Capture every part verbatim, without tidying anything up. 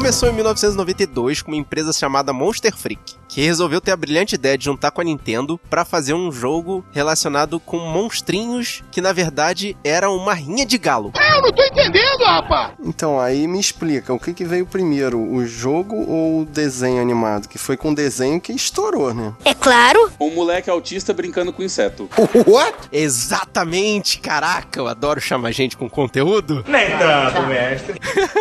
começou em mil novecentos e noventa e dois com uma empresa chamada Monster Freak, que resolveu ter a brilhante ideia de juntar com a Nintendo pra fazer um jogo relacionado com monstrinhos que, na verdade, eram uma rinha de galo. Eu não tô entendendo, rapaz! Então, aí me explica, o que que veio primeiro, o jogo ou o desenho animado? Que foi com o desenho que estourou, né? É claro! Um moleque autista brincando com inseto. What? Exatamente, caraca, eu adoro chamar gente com conteúdo. Nem tanto, mestre.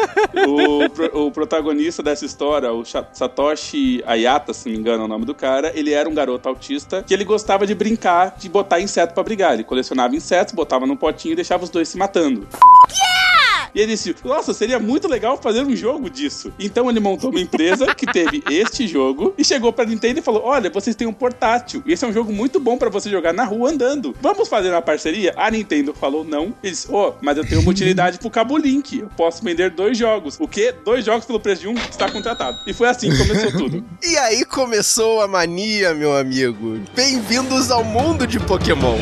o, pro, o protagonista dessa história, o Satoshi Ayata, se não me engano é o nome do cara, ele era um garoto autista que ele gostava de brincar, de botar inseto pra brigar. Ele colecionava insetos, botava num potinho e deixava os dois se matando. Yeah! E ele disse, nossa, seria muito legal fazer um jogo disso. Então ele montou uma empresa que teve este jogo e chegou pra Nintendo e falou, olha, vocês têm um portátil. E esse é um jogo muito bom pra você jogar na rua andando. Vamos fazer uma parceria? A Nintendo falou não. Ele disse, oh, mas eu tenho uma utilidade pro Cabo Link. Eu posso vender dois jogos. O quê? Dois jogos pelo preço de um? Está contratado. E foi assim que começou tudo. E aí começou a mania, meu amigo. Bem-vindos ao mundo de Pokémon.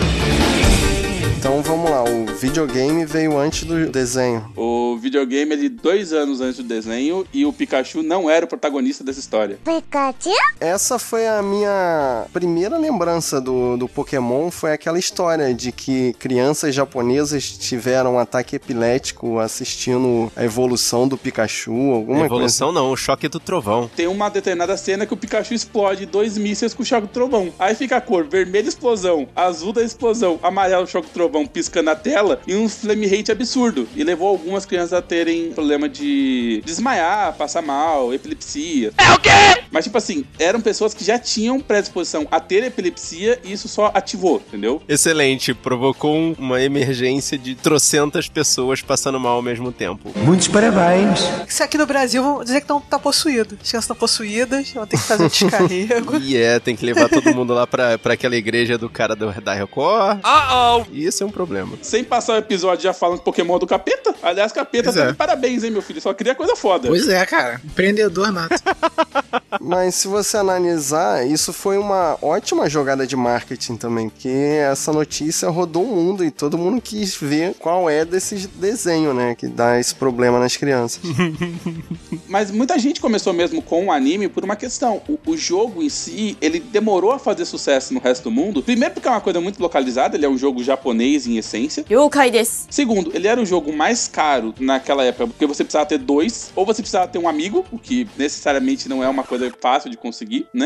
Então vamos lá, o videogame veio antes do desenho. O videogame, ele dois anos antes do desenho, e o Pikachu não era o protagonista dessa história. Pikachu? Essa foi a minha primeira lembrança do, do Pokémon, foi aquela história de que crianças japonesas tiveram um ataque epilético assistindo a evolução do Pikachu, alguma coisa. Evolução não, o choque do trovão. Tem uma determinada cena que o Pikachu explode dois mísseis com o choque do trovão. Aí fica a cor vermelha explosão, azul da explosão, amarelo choque do trovão piscando a tela e um flame rate absurdo. E levou algumas crianças a terem problema de desmaiar, passar mal, epilepsia. É o quê? Mas tipo assim, eram pessoas que já tinham predisposição a ter epilepsia e isso só ativou, entendeu? Excelente, provocou uma emergência de trocentas pessoas passando mal ao mesmo tempo. Muitos parabéns. Se aqui no Brasil, vão dizer que não tá possuído. As crianças estão possuídas, vão ter que fazer um descarrego. E é, tem que levar todo mundo lá pra, pra aquela igreja do cara do, da Record. Uh-oh! E isso é um problema. Sem passar o episódio já falando que Pokémon é do capeta. Aliás, capeta Pois tá é. de parabéns, hein, meu filho? Só queria coisa foda. Pois é, cara. Empreendedor nato. Mas se você analisar, isso foi uma ótima jogada de marketing também, que essa notícia rodou o mundo e todo mundo quis ver qual é desse desenho, né, que dá esse problema nas crianças. Mas muita gente começou mesmo com o anime por uma questão. O, o jogo em si, ele demorou a fazer sucesso no resto do mundo. Primeiro porque é uma coisa muito localizada, ele é um jogo japonês em essência. Yokai desu. Segundo, ele era o jogo mais caro naquela época, porque você precisava ter dois, ou você precisava ter um amigo, o que necessariamente não é uma coisa fácil de conseguir, né?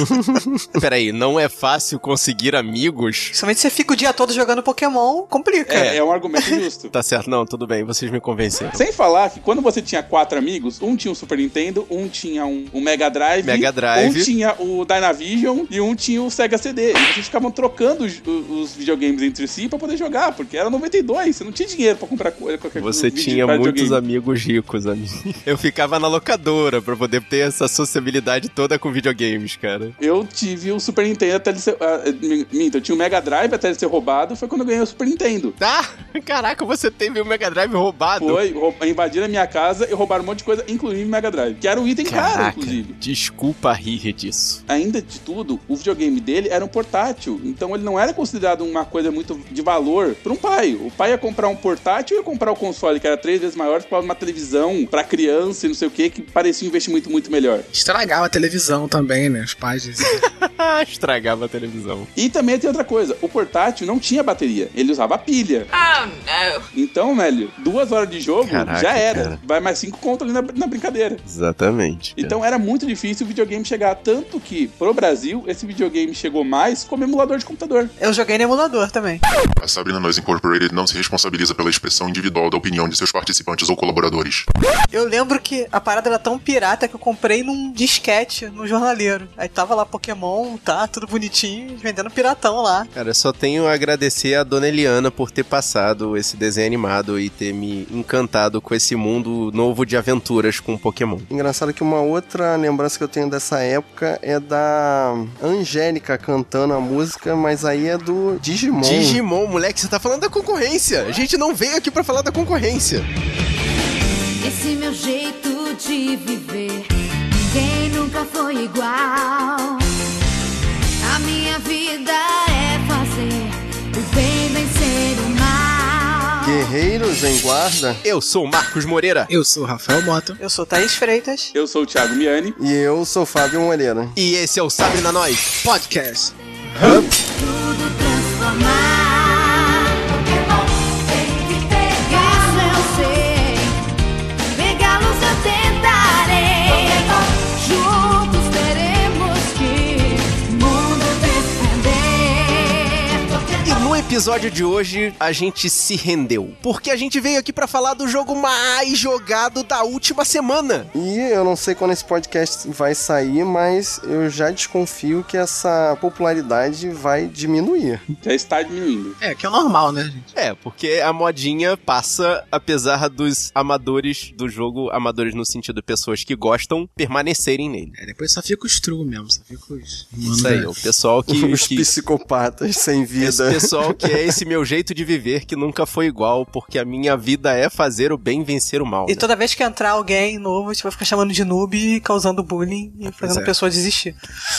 Peraí, não é fácil conseguir amigos? Somente você fica o dia todo jogando Pokémon, complica. É, é um argumento justo. Tá certo, não, tudo bem, vocês me convenceram. Sem falar que quando você tinha quatro amigos, um tinha um Super Nintendo, um tinha um, um Mega Drive, Mega Drive, um tinha o Dynavision e um tinha o Sega C D. E vocês ficavam trocando os, os videogames entre si pra poder jogar, porque era noventa e dois, você não tinha dinheiro pra comprar qualquer coisa. Você tinha muitos amigos ricos, amigo. Eu ficava na locadora pra poder ter essa sociabilidade toda com videogames, cara. Eu tive o Super Nintendo até ele ser... Uh, minto, eu tinha o Mega Drive até ele ser roubado, foi quando eu ganhei o Super Nintendo. Ah, caraca, você teve o Mega Drive roubado. Foi, invadiram a minha casa e roubaram um monte de coisa, inclusive o Mega Drive, que era um item Caraca, caro, inclusive. Desculpa rir disso. Ainda de tudo, o videogame dele era um portátil, então ele não era considerado uma coisa muito de valor para um pai. O pai ia comprar um portátil e ia comprar o console, que era três vezes maior, para uma televisão pra criança e não sei o que, que parecia um investimento muito melhor. Estragava a televisão também, né? Os pais diziam. Estragava a televisão. E também tem outra coisa, o portátil não tinha bateria, ele usava pilha. Oh, não. Então, velho, duas horas de jogo, Caraca, já era. cara. Vai mais cinco conto ali na, na brincadeira. Exatamente. Cara. Então era muito difícil o videogame chegar, tanto que, pro Brasil, esse videogame chegou mais como emulador de computador. Eu joguei no emulador também. A Sabrina Noise Incorporated não se responsabiliza pela expressão individual da opinião de seus participantes ou colaboradores. Eu lembro que a parada era tão pirata que eu comprei num disquete, no jornaleiro. Aí tava lá Pokémon, tá, tudo bonitinho, vendendo piratão lá. Cara, eu só tenho a agradecer a dona Eliana por ter passado esse desenho animado e ter me encantado com esse mundo novo de aventuras com Pokémon. Engraçado que uma outra lembrança que eu tenho dessa época é da Angélica cantando a música, mas aí é do Digimon. Digimon, moleque, você tá falando da concorrência. A gente não veio aqui pra falar da concorrência. Esse meu jeito de viver, ninguém nunca foi igual. A minha vida é fazer o bem vencer o mal. Guerreiros em Guarda. Eu sou o Marcos Moreira. Eu sou o Rafael Mota. Eu sou Thaís Freitas. Eu sou o Thiago Miani. E eu sou o Fábio Moreira. E esse é o Sabe na Nós Podcast. Tudo transformar. Pokémon tem que pegar, eu sei. Pegá-los eu tentarei. Juntos teremos que mundo defender. E no episódio de hoje, a gente se rendeu. Porque a gente veio aqui pra falar do jogo mais jogado da última semana. E eu não sei quando esse podcast vai sair, mas eu já desconfio que essa popularidade vai diminuir. Já está diminuindo. É, que é o normal, né, gente? É, porque a modinha passa, apesar dos amadores do jogo, amadores no sentido de pessoas que gostam, permanecerem nele. É, depois só fica os true mesmo, só fica os... Isso aí, o pessoal que... Os que... psicopatas sem vida. Esse pessoal que é esse meu jeito de viver que nunca foi igual, porque a minha vida é fazer o bem vencer o mal. E né? toda vez que entrar alguém novo, a gente vai ficar chamando de noob, causando bullying e fazendo é. a pessoa desistir.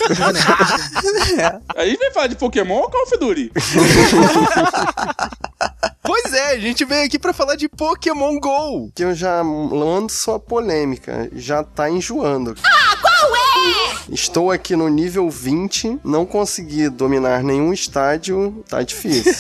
A gente vai falar de Pokémon ou Call of Duty? Pois é, a gente veio aqui pra falar de Pokémon GO. Que eu já lanço a polêmica, já tá enjoando. Ah, qual é? Estou aqui no nível vinte, não consegui dominar nenhum estádio, tá difícil.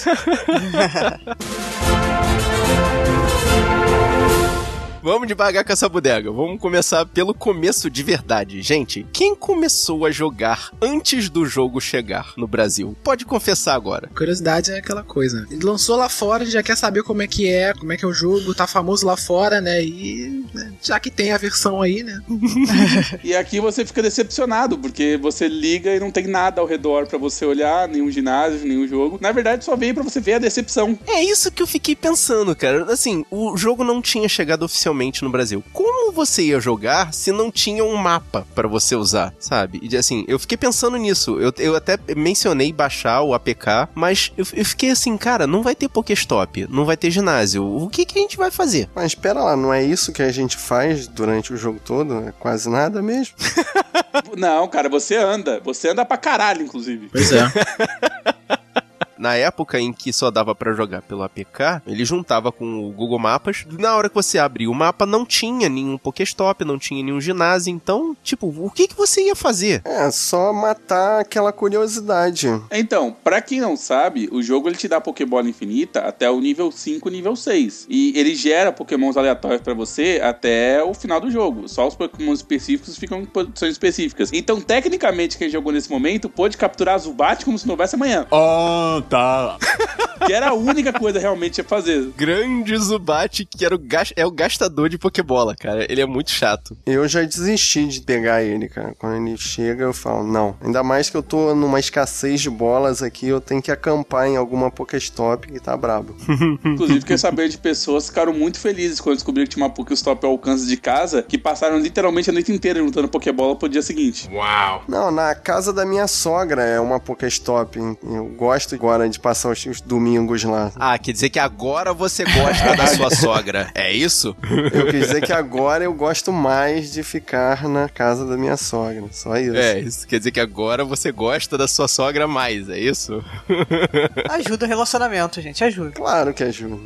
Vamos devagar com essa bodega. Vamos começar pelo começo de verdade. Gente, quem começou a jogar antes do jogo chegar no Brasil? Pode confessar agora. Curiosidade é aquela coisa. Ele lançou lá fora, já quer saber como é que é, como é que é o jogo, tá famoso lá fora, né? E né, já que tem a versão aí, né? E aqui você fica decepcionado, porque você liga e não tem nada ao redor pra você olhar, nenhum ginásio, nenhum jogo. Na verdade, só veio pra você ver a decepção. É isso que eu fiquei pensando, cara. Assim, o jogo não tinha chegado oficialmente no Brasil. Como você ia jogar se não tinha um mapa pra você usar, sabe? E assim, eu fiquei pensando nisso. Eu, eu até mencionei baixar o A P K, mas eu, eu fiquei assim, cara, não vai ter Pokéstop, não vai ter ginásio. O que que a gente vai fazer? Mas espera lá, não é isso que a gente faz durante o jogo todo? É quase nada mesmo? Não, cara, você anda. Você anda pra caralho, inclusive. Pois é. Na época em que só dava pra jogar pelo A P K, ele juntava com o Google Mapas. Na hora que você abria o mapa, não tinha nenhum Pokéstop, não tinha nenhum ginásio. Então, tipo, o que que você ia fazer? É, só matar aquela curiosidade. Então, pra quem não sabe, o jogo ele te dá Pokébola infinita até o nível cinco, nível seis. E ele gera Pokémons aleatórios pra você até o final do jogo. Só os Pokémons específicos ficam em posições específicas. Então, tecnicamente, quem jogou nesse momento pôde capturar Zubat como se não houvesse amanhã. Oh, tá. Que era a única coisa realmente a fazer. Grande Zubat, que era o gas- é o gastador de Pokébola, cara. Ele é muito chato. Eu já desisti de pegar ele, cara. Quando ele chega, eu falo, não. Ainda mais que eu tô numa escassez de bolas aqui, eu tenho que acampar em alguma Pokéstop que tá brabo. Inclusive, fiquei sabendo de pessoas que ficaram muito felizes quando descobriram que tinha uma Pokéstop ao alcance de casa, que passaram literalmente a noite inteira juntando Pokébola pro dia seguinte. Uau! Não, na casa da minha sogra é uma Pokéstop. Eu gosto agora de passar os, os domingos lá. Ah, quer dizer que agora você gosta da sua sogra. É isso? Eu quis dizer que agora eu gosto mais de ficar na casa da minha sogra. Só isso. É, isso quer dizer que agora você gosta da sua sogra mais, é isso? Ajuda o relacionamento, gente, ajuda. Claro que ajuda.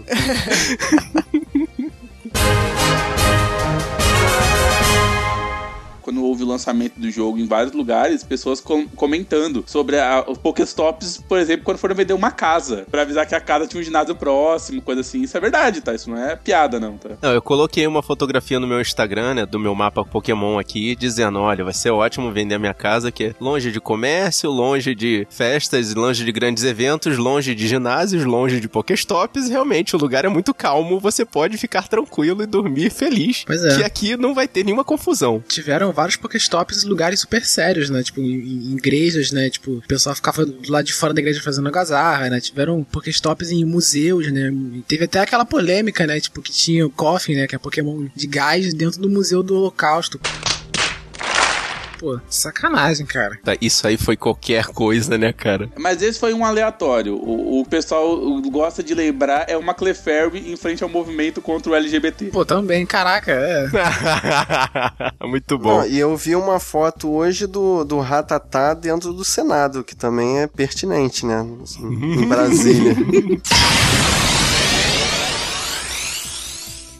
Quando houve o lançamento do jogo em vários lugares, pessoas com- comentando sobre a, os Pokéstops, por exemplo, quando foram vender uma casa, pra avisar que a casa tinha um ginásio próximo, coisa assim. Isso é verdade, tá? Isso não é piada, não, tá? Não, eu coloquei uma fotografia no meu Instagram, né, do meu mapa Pokémon aqui, dizendo, olha, vai ser ótimo vender a minha casa, que é longe de comércio, longe de festas, longe de grandes eventos, longe de ginásios, longe de Pokéstops, realmente o lugar é muito calmo, você pode ficar tranquilo e dormir feliz, Pois é. que aqui não vai ter nenhuma confusão. Tiveram vários Pokéstops em lugares super sérios, né? Tipo, em, em igrejas, né? Tipo, o pessoal ficava do lado de fora da igreja fazendo algazarra, né? Tiveram Pokéstops em museus, né? E teve até aquela polêmica, né? Tipo, que tinha o Coffin, né? Que é Pokémon de gás dentro do Museu do Holocausto. Pô, sacanagem, cara. Tá, isso aí foi qualquer coisa, né, cara? Mas esse foi um aleatório. O, o pessoal gosta de lembrar é uma Clefairy em frente ao movimento contra o L G B T. Pô, também, caraca, é. Muito bom. Não, e eu vi uma foto hoje do, do Ratatá dentro do Senado, que também é pertinente, né? Assim, em Brasília.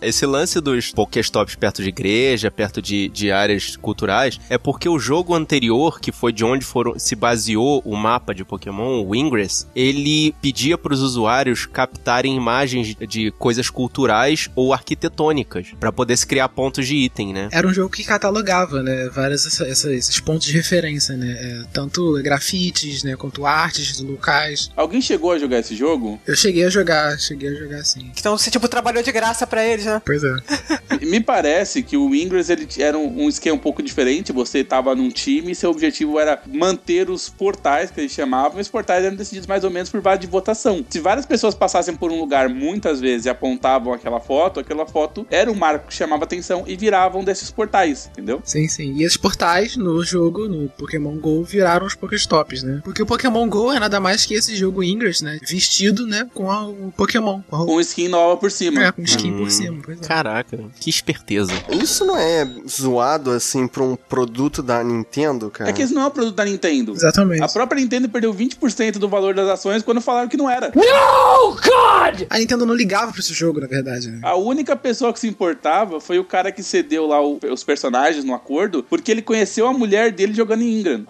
Esse lance dos Pokéstops perto de igreja, perto de, de áreas culturais, é porque o jogo anterior, que foi de onde foram, se baseou o mapa de Pokémon, o Ingress, ele pedia para os usuários captarem imagens de coisas culturais ou arquitetônicas, para poder se criar pontos de item, né? Era um jogo que catalogava, né, vários essa, essa, esses pontos de referência, né, é, tanto grafites, né, quanto artes locais. Alguém chegou a jogar esse jogo? Eu cheguei a jogar, cheguei a jogar sim. Então você, tipo, trabalhou de graça pra eles, né? Pois é. Me parece que o Ingress, ele era um, um esquema um pouco diferente. Você tava num time e seu objetivo era manter os portais, que eles chamavam, e os portais eram decididos mais ou menos por base de votação. Se várias pessoas passassem por um lugar muitas vezes e apontavam aquela foto, aquela foto era um marco que chamava atenção e viravam desses portais, entendeu? Sim, sim. E esses portais no jogo, no Pokémon GO, viraram os Pokéstops, né? Porque o Pokémon GO é nada mais que esse jogo Ingress, né? Vestido, né, com a, o Pokémon. Com, a... com skin nova por cima. É, com skin hum, por cima. Pois é. Caraca, que esperteza. Isso não é zoado, assim, pra um produto da Nintendo, cara? É que isso não é um produto da Nintendo. Exatamente. A própria Nintendo perdeu vinte por cento do valor das ações quando falaram que não era. No, God! A Nintendo não ligava pra esse jogo, na verdade, né? A única pessoa que se importava foi o cara que cedeu lá o, os personagens no acordo, porque ele conheceu a mulher dele jogando em Ingram.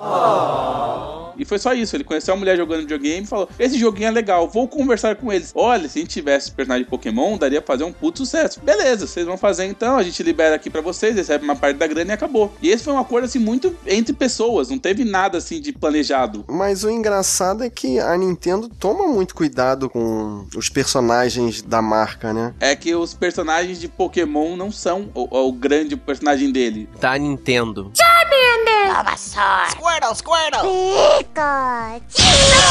Oh. E foi só isso, ele conheceu a mulher jogando videogame e falou, esse joguinho é legal, vou conversar com eles. Olha, se a gente tivesse personagem de Pokémon, daria pra fazer um puto sucesso. Beleza, vocês vão fazer então, a gente libera aqui pra vocês, recebe uma parte da grana e acabou. E esse foi um acordo, assim, muito entre pessoas, não teve nada, assim, de planejado. Mas o engraçado é que a Nintendo toma muito cuidado com os personagens da marca, né? É que os personagens de Pokémon não são o, o grande personagem dele. Da Nintendo. Charmander! Bulbasaur! Squirtle, Squirtle! Pikachu!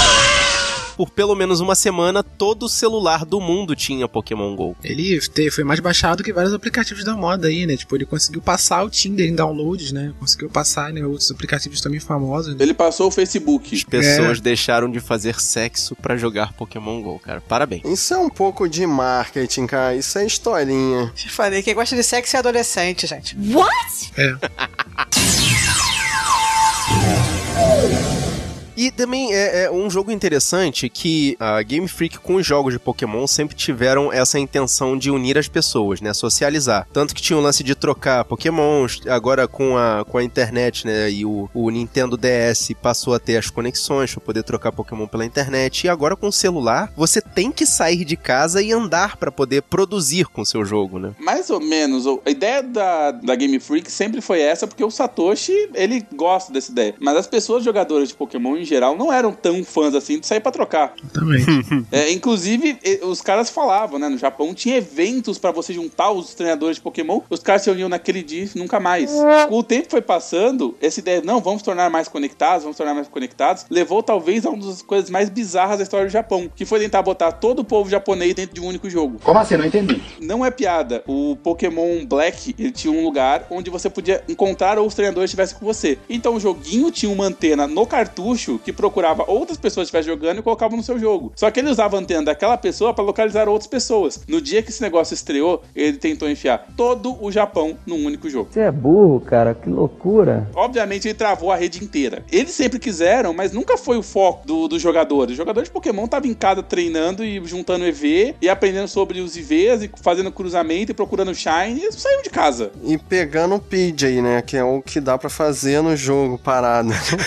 Por pelo menos uma semana, todo celular do mundo tinha Pokémon GO. Ele te, foi mais baixado que vários aplicativos da moda aí, né? Tipo, ele conseguiu passar o Tinder em downloads, né? Conseguiu passar, né, outros aplicativos também famosos. Né? Ele passou o Facebook. As pessoas É. deixaram de fazer sexo pra jogar Pokémon GO, cara. Parabéns. Isso é um pouco de marketing, cara. Isso é historinha. Te falei, quem gosta de sexo é adolescente, gente. What? É. E também é, é um jogo interessante que a Game Freak com os jogos de Pokémon sempre tiveram essa intenção de unir as pessoas, né, socializar. Tanto que tinha o lance de trocar Pokémons, agora com a, com a internet, né, e o, o Nintendo D S passou a ter as conexões para poder trocar Pokémon pela internet, e agora com o celular, você tem que sair de casa e andar para poder produzir com o seu jogo, né? Mais ou menos, a ideia da, da Game Freak sempre foi essa, porque o Satoshi, ele gosta dessa ideia. Mas as pessoas jogadoras de Pokémon em geral não eram tão fãs assim de sair pra trocar. Também. É, inclusive, os caras falavam, né? No Japão tinha eventos pra você juntar os treinadores de Pokémon. Os caras se uniam naquele dia e nunca mais. Com o tempo foi passando, essa ideia, não, vamos tornar mais conectados, vamos tornar mais conectados, levou talvez a uma das coisas mais bizarras da história do Japão, que foi tentar botar todo o povo japonês dentro de um único jogo. Como assim? Não entendi. Não é piada. O Pokémon Black, ele tinha um lugar onde você podia encontrar ou os treinadores estivessem com você. Então o joguinho tinha uma antena no cartucho que procurava outras pessoas que estivessem jogando e colocava no seu jogo. Só que ele usava a antena daquela pessoa para localizar outras pessoas. No dia que esse negócio estreou, ele tentou enfiar todo o Japão num único jogo. Você é burro, cara, que loucura. Obviamente ele travou a rede inteira. Eles sempre quiseram, mas nunca foi o foco do, do jogador. O jogador de Pokémon tava em casa treinando e juntando E V e aprendendo sobre os I Vs e fazendo cruzamento e procurando Shine e saiu de casa. E pegando o P J, né? Que é o que dá pra fazer no jogo parado.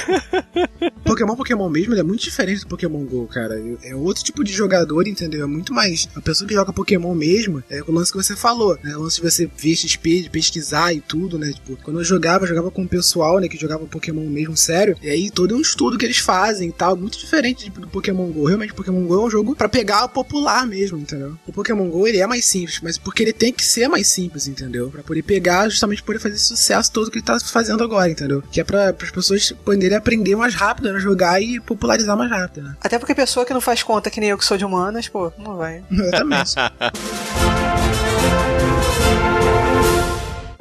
Pokémon Pokémon mesmo, ele é muito diferente do Pokémon GO, cara. É outro tipo de jogador, entendeu? É muito mais... A pessoa que joga Pokémon mesmo, é o lance que você falou, né? O lance de você ver X P, de pesquisar e tudo, né? Tipo, quando eu jogava, eu jogava com o pessoal, né? Que jogava Pokémon mesmo sério. E aí todo um estudo que eles fazem e tal, muito diferente do Pokémon GO. Realmente, o Pokémon GO é um jogo pra pegar o popular mesmo, entendeu? O Pokémon GO, ele é mais simples, mas porque ele tem que ser mais simples, entendeu? Pra poder pegar, justamente poder fazer esse sucesso todo que ele tá fazendo agora, entendeu? Que é pra, pra as pessoas poderem aprender mais rápido a jogar e popularizar mais rápido, né? Até porque pessoa que não faz conta que nem eu que sou de humanas, pô, não vai. Exatamente.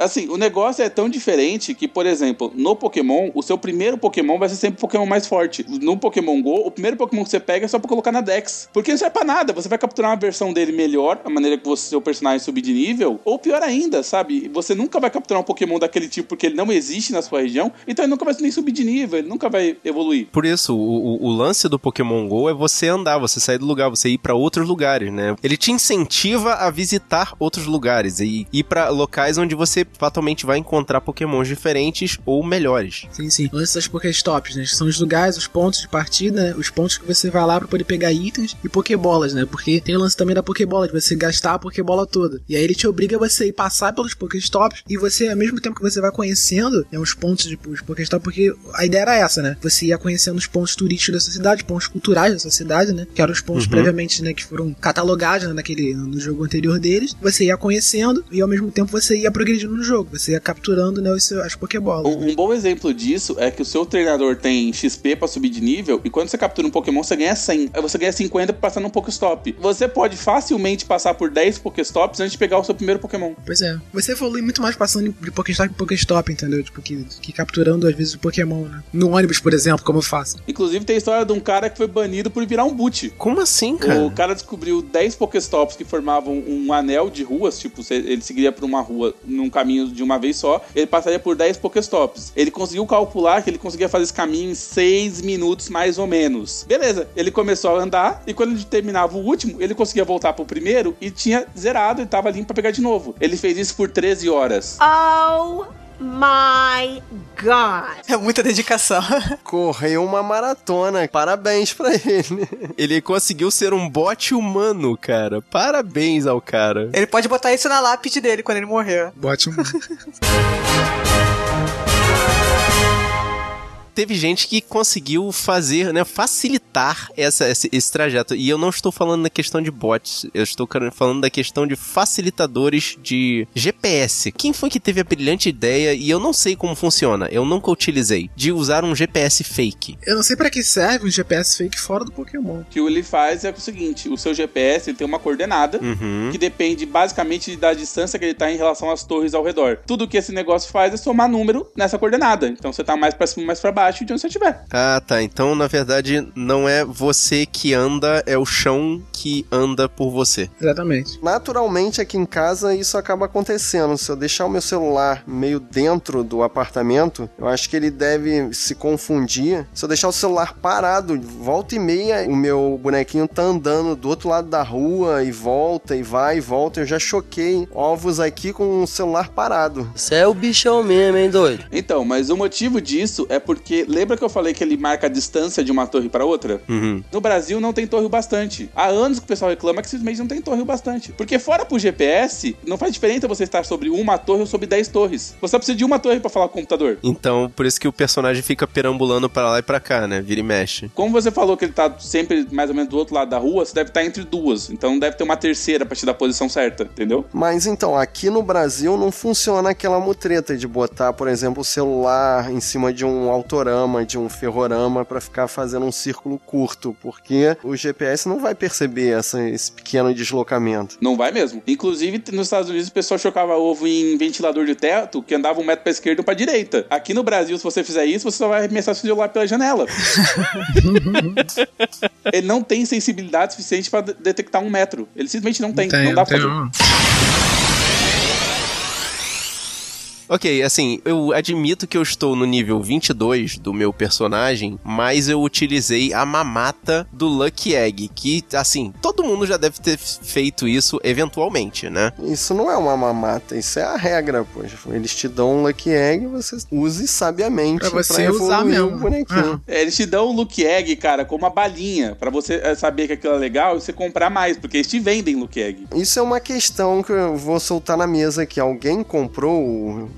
Assim, o negócio é tão diferente que, por exemplo, no Pokémon, o seu primeiro Pokémon vai ser sempre o Pokémon mais forte. No Pokémon Go, o primeiro Pokémon que você pega é só pra colocar na Dex. Porque não serve pra nada. Você vai capturar uma versão dele melhor, a maneira que você, seu personagem subir de nível, ou pior ainda, sabe? Você nunca vai capturar um Pokémon daquele tipo porque ele não existe na sua região, então ele nunca vai nem subir de nível, ele nunca vai evoluir. Por isso, o, o, o lance do Pokémon Go é você andar, você sair do lugar, você ir pra outros lugares, né? Ele te incentiva a visitar outros lugares e ir pra locais onde você fatalmente vai encontrar Pokémons diferentes ou melhores. Sim, sim. O lance das Pokéstops, né? São os lugares, os pontos de partida, né? Os pontos que você vai lá pra poder pegar itens e Pokébolas, né? Porque tem o lance também da Pokébola, de você gastar a Pokébola toda. E aí ele te obriga a você ir passar pelos Pokéstops e você, ao mesmo tempo que você vai conhecendo, né, os pontos de os Pokéstops, porque a ideia era essa, né? Você ia conhecendo os pontos turísticos dessa cidade, pontos culturais dessa cidade, né? Que eram os pontos uhum. previamente, né? Que foram catalogados, né, naquele, no jogo anterior deles. Você ia conhecendo e ao mesmo tempo você ia progredindo no jogo. Você ia capturando, né, os, as Pokébolas. Um, um bom exemplo disso é que o seu treinador tem X P pra subir de nível e quando você captura um Pokémon, você ganha cem. Aí você ganha cinquenta pra passar num Pokéstop. Você pode facilmente passar por dez Pokéstops antes de pegar o seu primeiro Pokémon. Pois é. Você evolui muito mais passando de Pokéstop em Pokéstop, entendeu? Tipo, que, que capturando às vezes o Pokémon, né? No ônibus, por exemplo, como eu faço. Inclusive tem a história de um cara que foi banido por virar um boot. Como assim, cara? O cara descobriu dez Pokéstops que formavam um anel de ruas, tipo, ele seguiria por uma rua num caminho de uma vez só, ele passaria por dez Pokéstops. Ele conseguiu calcular que ele conseguia fazer esse caminho em seis minutos mais ou menos. Beleza, ele começou a andar e quando ele terminava o último, ele conseguia voltar pro primeiro e tinha zerado e tava limpo pra pegar de novo. Ele fez isso por treze horas. Oh my God. É muita dedicação. Correu uma maratona. Parabéns pra ele. Ele conseguiu ser um bot humano, cara. Parabéns ao cara. Ele pode botar isso na lápide dele quando ele morrer. Bot humano. Teve gente que conseguiu fazer, né, facilitar essa, esse, esse trajeto. E eu não estou falando da questão de bots, eu estou falando da questão de facilitadores de G P S. Quem foi que teve a brilhante ideia, e eu não sei como funciona, eu nunca utilizei, de usar um G P S fake? Eu não sei pra que serve um G P S fake fora do Pokémon. O que ele faz é o seguinte, o seu G P S ele tem uma coordenada, uhum. que depende basicamente da distância que ele tá em relação às torres ao redor. Tudo que esse negócio faz é somar número nessa coordenada. Então você tá mais pra cima, mais pra baixo, de onde você estiver. Ah, tá. Então, na verdade, não é você que anda, é o chão que anda por você. Exatamente. Naturalmente, aqui em casa, isso acaba acontecendo. Se eu deixar o meu celular meio dentro do apartamento, eu acho que ele deve se confundir. Se eu deixar o celular parado, volta e meia, o meu bonequinho tá andando do outro lado da rua e volta, e vai e volta. Eu já choquei ovos aqui com o celular parado. Você é o bichão mesmo, hein, doido? Então, mas o motivo disso é porque lembra que eu falei que ele marca a distância de uma torre para outra? Uhum. No Brasil não tem torre o bastante. Há anos que o pessoal reclama que simplesmente não tem torre o bastante. Porque fora pro G P S, não faz diferença você estar sobre uma torre ou sobre dez torres. Você só precisa de uma torre para falar com o computador. Então, por isso que o personagem fica perambulando para lá e pra cá, né? Vira e mexe. Como você falou que ele tá sempre mais ou menos do outro lado da rua, você deve estar entre duas. Então deve ter uma terceira pra te dar a posição certa, entendeu? Mas então, aqui no Brasil não funciona aquela mutreta de botar, por exemplo, o celular em cima de um autorama, de um ferrorama pra ficar fazendo um círculo curto, porque o G P S não vai perceber essa, esse pequeno deslocamento. Não vai mesmo. Inclusive, nos Estados Unidos, o pessoal chocava ovo em ventilador de teto que andava um metro pra esquerda e um pra direita. Aqui no Brasil, se você fizer isso, você só vai arremessar seu celular pela janela. Ele não tem sensibilidade suficiente pra de- detectar um metro. Ele simplesmente não tem. Não, tem, não dá pra fazer. Não. Ok, assim, eu admito que eu estou no nível vinte e dois do meu personagem, mas eu utilizei a mamata do Lucky Egg, que, assim, todo mundo já deve ter feito isso eventualmente, né? Isso não é uma mamata, isso é a regra, poxa. Eles te dão um Lucky Egg e você use sabiamente pra, você pra evoluir usar mesmo. o bonequinho. É, eles te dão um Lucky Egg, cara, com uma balinha, pra você saber que aquilo é legal e você comprar mais, porque eles te vendem Lucky Egg. Isso é uma questão que eu vou soltar na mesa aqui. Alguém comprou o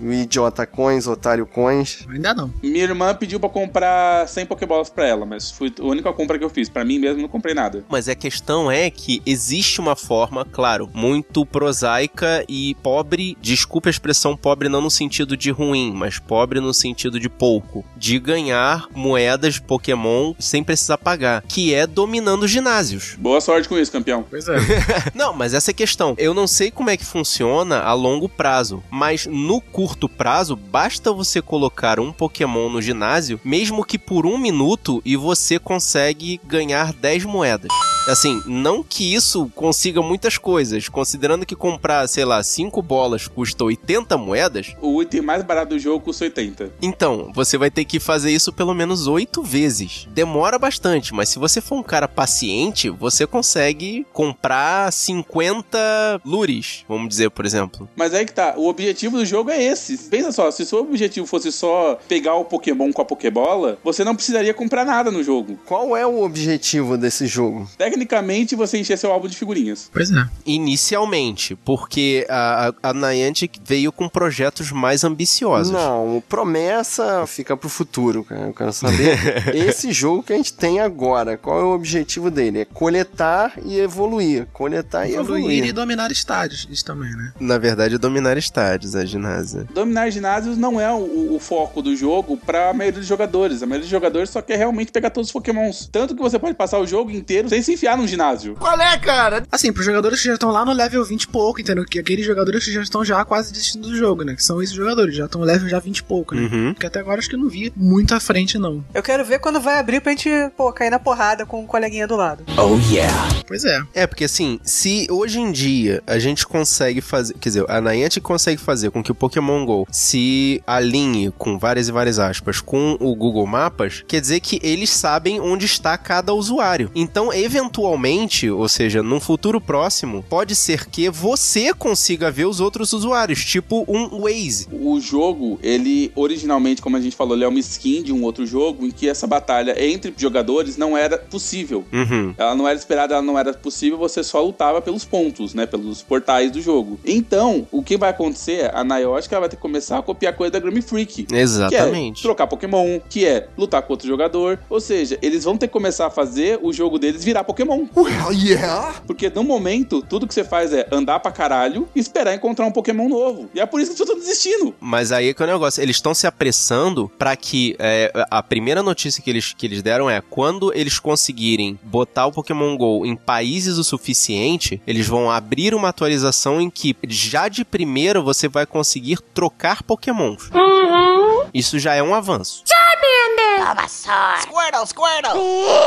o Idiota Coins, Otário Coins. Ainda não. Minha irmã pediu pra comprar cem Pokéballs pra ela, mas foi a única compra que eu fiz. Pra mim mesmo, não comprei nada. Mas a questão é que existe uma forma, claro, muito prosaica e pobre, desculpa a expressão pobre não no sentido de ruim, mas pobre no sentido de pouco, de ganhar moedas Pokémon sem precisar pagar, que é dominando ginásios. Boa sorte com isso, campeão. Pois é. Não, mas essa é a questão. Eu não sei como é que funciona a longo prazo, mas no curto prazo, basta você colocar um Pokémon no ginásio, mesmo que por um minuto, e você consegue ganhar dez moedas. Assim, não que isso consiga muitas coisas, considerando que comprar, sei lá, cinco bolas custa oitenta moedas... O item mais barato do jogo custa oitenta. Então, você vai ter que fazer isso pelo menos oito vezes. Demora bastante, mas se você for um cara paciente, você consegue comprar cinquenta lures, vamos dizer, por exemplo. Mas aí que tá, o objetivo do jogo é esse. Pensa só, se o seu objetivo fosse só pegar o Pokémon com a Pokébola, você não precisaria comprar nada no jogo. Qual é o objetivo desse jogo? Tecnicamente, você encher seu álbum de figurinhas. Pois é. Inicialmente, porque a, a, a Niantic veio com projetos mais ambiciosos. Não, promessa fica pro futuro, cara. Eu quero saber esse jogo que a gente tem agora. Qual é o objetivo dele? É coletar e evoluir. Coletar e evoluir. Evoluir e dominar estádios, isso também, né? Na verdade, dominar estádios, a ginásio. Dominar ginásios não é o, o foco do jogo pra maioria dos jogadores. A maioria dos jogadores só quer realmente pegar todos os Pokémons. Tanto que você pode passar o jogo inteiro sem se enfiar num ginásio. Qual é, cara? Assim, pros jogadores que já estão lá no level vinte e pouco, entendeu? Que aqueles jogadores que já estão já quase desistindo do jogo, né? Que são esses jogadores, já estão no level já vinte e pouco, né? Uhum. Porque até agora acho que eu não vi muito à frente, não. Eu quero ver quando vai abrir pra gente, pô, cair na porrada com um coleguinha do lado. Oh, yeah. Pois é. É, porque assim, se hoje em dia a gente consegue fazer, quer dizer, a Niantic consegue fazer com que o Pokémon GO se alinhe com várias e várias aspas com o Google Mapas, quer dizer que eles sabem onde está cada usuário. Então, eventualmente, ou seja, num futuro próximo, pode ser que você consiga ver os outros usuários, tipo um Waze. O jogo, ele originalmente, como a gente falou, ele é uma skin de um outro jogo em que essa batalha entre jogadores não era possível. Uhum. Ela não era esperada, ela não era possível, você só lutava pelos pontos, né? Pelos portais do jogo. Então, o que vai acontecer? A Niantic vai ter que começar a copiar coisa da Game Freak. Exatamente. Que é trocar Pokémon, que é lutar com outro jogador. Ou seja, eles vão ter que começar a fazer o jogo deles virar Pokémon. Well, yeah. Porque no momento, tudo que você faz é andar pra caralho e esperar encontrar um Pokémon novo. E é por isso que eu tô desistindo. Mas aí é que é o negócio, eles estão se apressando pra que é, a primeira notícia que eles, que eles deram é quando eles conseguirem botar o Pokémon GO em países o suficiente, eles vão abrir uma atualização em que já de primeira você vai conseguir trocar Pokémons. Uhum. Isso já é um avanço. Charmander! Toma sorte! Squirtle, Squirtle!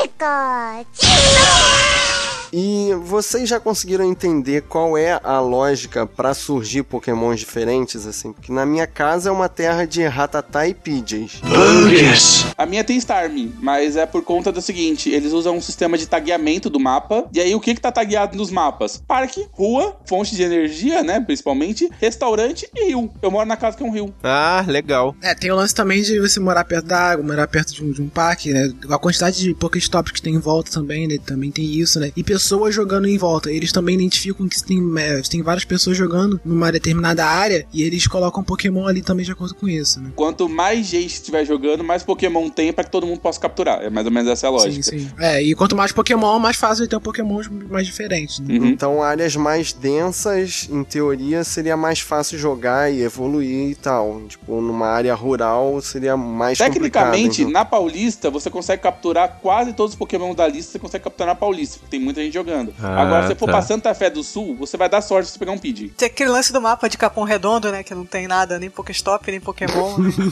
Pikachu! E vocês já conseguiram entender qual é a lógica pra surgir pokémons diferentes, assim? Porque na minha casa é uma terra de Rattata e Pidgeys. Bogus! A minha tem Starmie, mas é por conta do seguinte, eles usam um sistema de tagueamento do mapa, e aí o que que tá tagueado nos mapas? Parque, rua, fonte de energia, né, principalmente, restaurante e rio. Eu moro na casa que é um rio. Ah, legal. É, tem o lance também de você morar perto da água, morar perto de um, de um parque, né? A quantidade de Pokéstops que tem em volta também, né? Também tem isso, né? E pessoas jogando em volta. Eles também identificam que tem, é, tem várias pessoas jogando numa determinada área e eles colocam Pokémon ali também de acordo com isso, né? Quanto mais gente estiver jogando, mais Pokémon tem pra que todo mundo possa capturar. É mais ou menos essa a lógica. Sim, sim. É, e quanto mais Pokémon, mais fácil de ter um Pokémon mais diferentes, né? Uhum. Então, áreas mais densas, em teoria, seria mais fácil jogar e evoluir e tal. Tipo, numa área rural seria mais Tecnicamente, complicado, então. na Paulista, você consegue capturar quase todos os Pokémon da lista, você consegue capturar na Paulista, porque tem muita gente jogando. Ah, Agora, se você for tá. pra Santa Fé do Sul, você vai dar sorte se você pegar um Pidgey. Tem aquele lance do mapa de Capão Redondo, né? Que não tem nada, nem Pokéstop, nem Pokémon.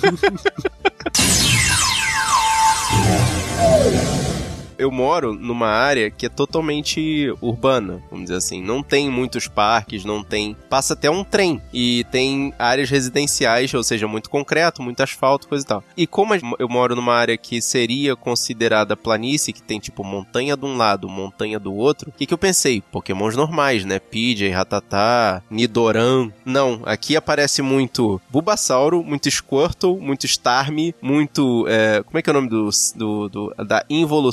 Eu moro numa área que é totalmente urbana, vamos dizer assim. Não tem muitos parques, não tem... Passa até um trem. E tem áreas residenciais, ou seja, muito concreto, muito asfalto, coisa e tal. E como eu moro numa área que seria considerada planície, que tem tipo montanha de um lado, montanha do outro, o que que eu pensei? Pokémons normais, né? Pidgey, Rattata, Nidoran. Não, aqui aparece muito Bulbasauro, muito Squirtle, muito Starmie, muito... É, como é que é o nome do, do, do, da involução do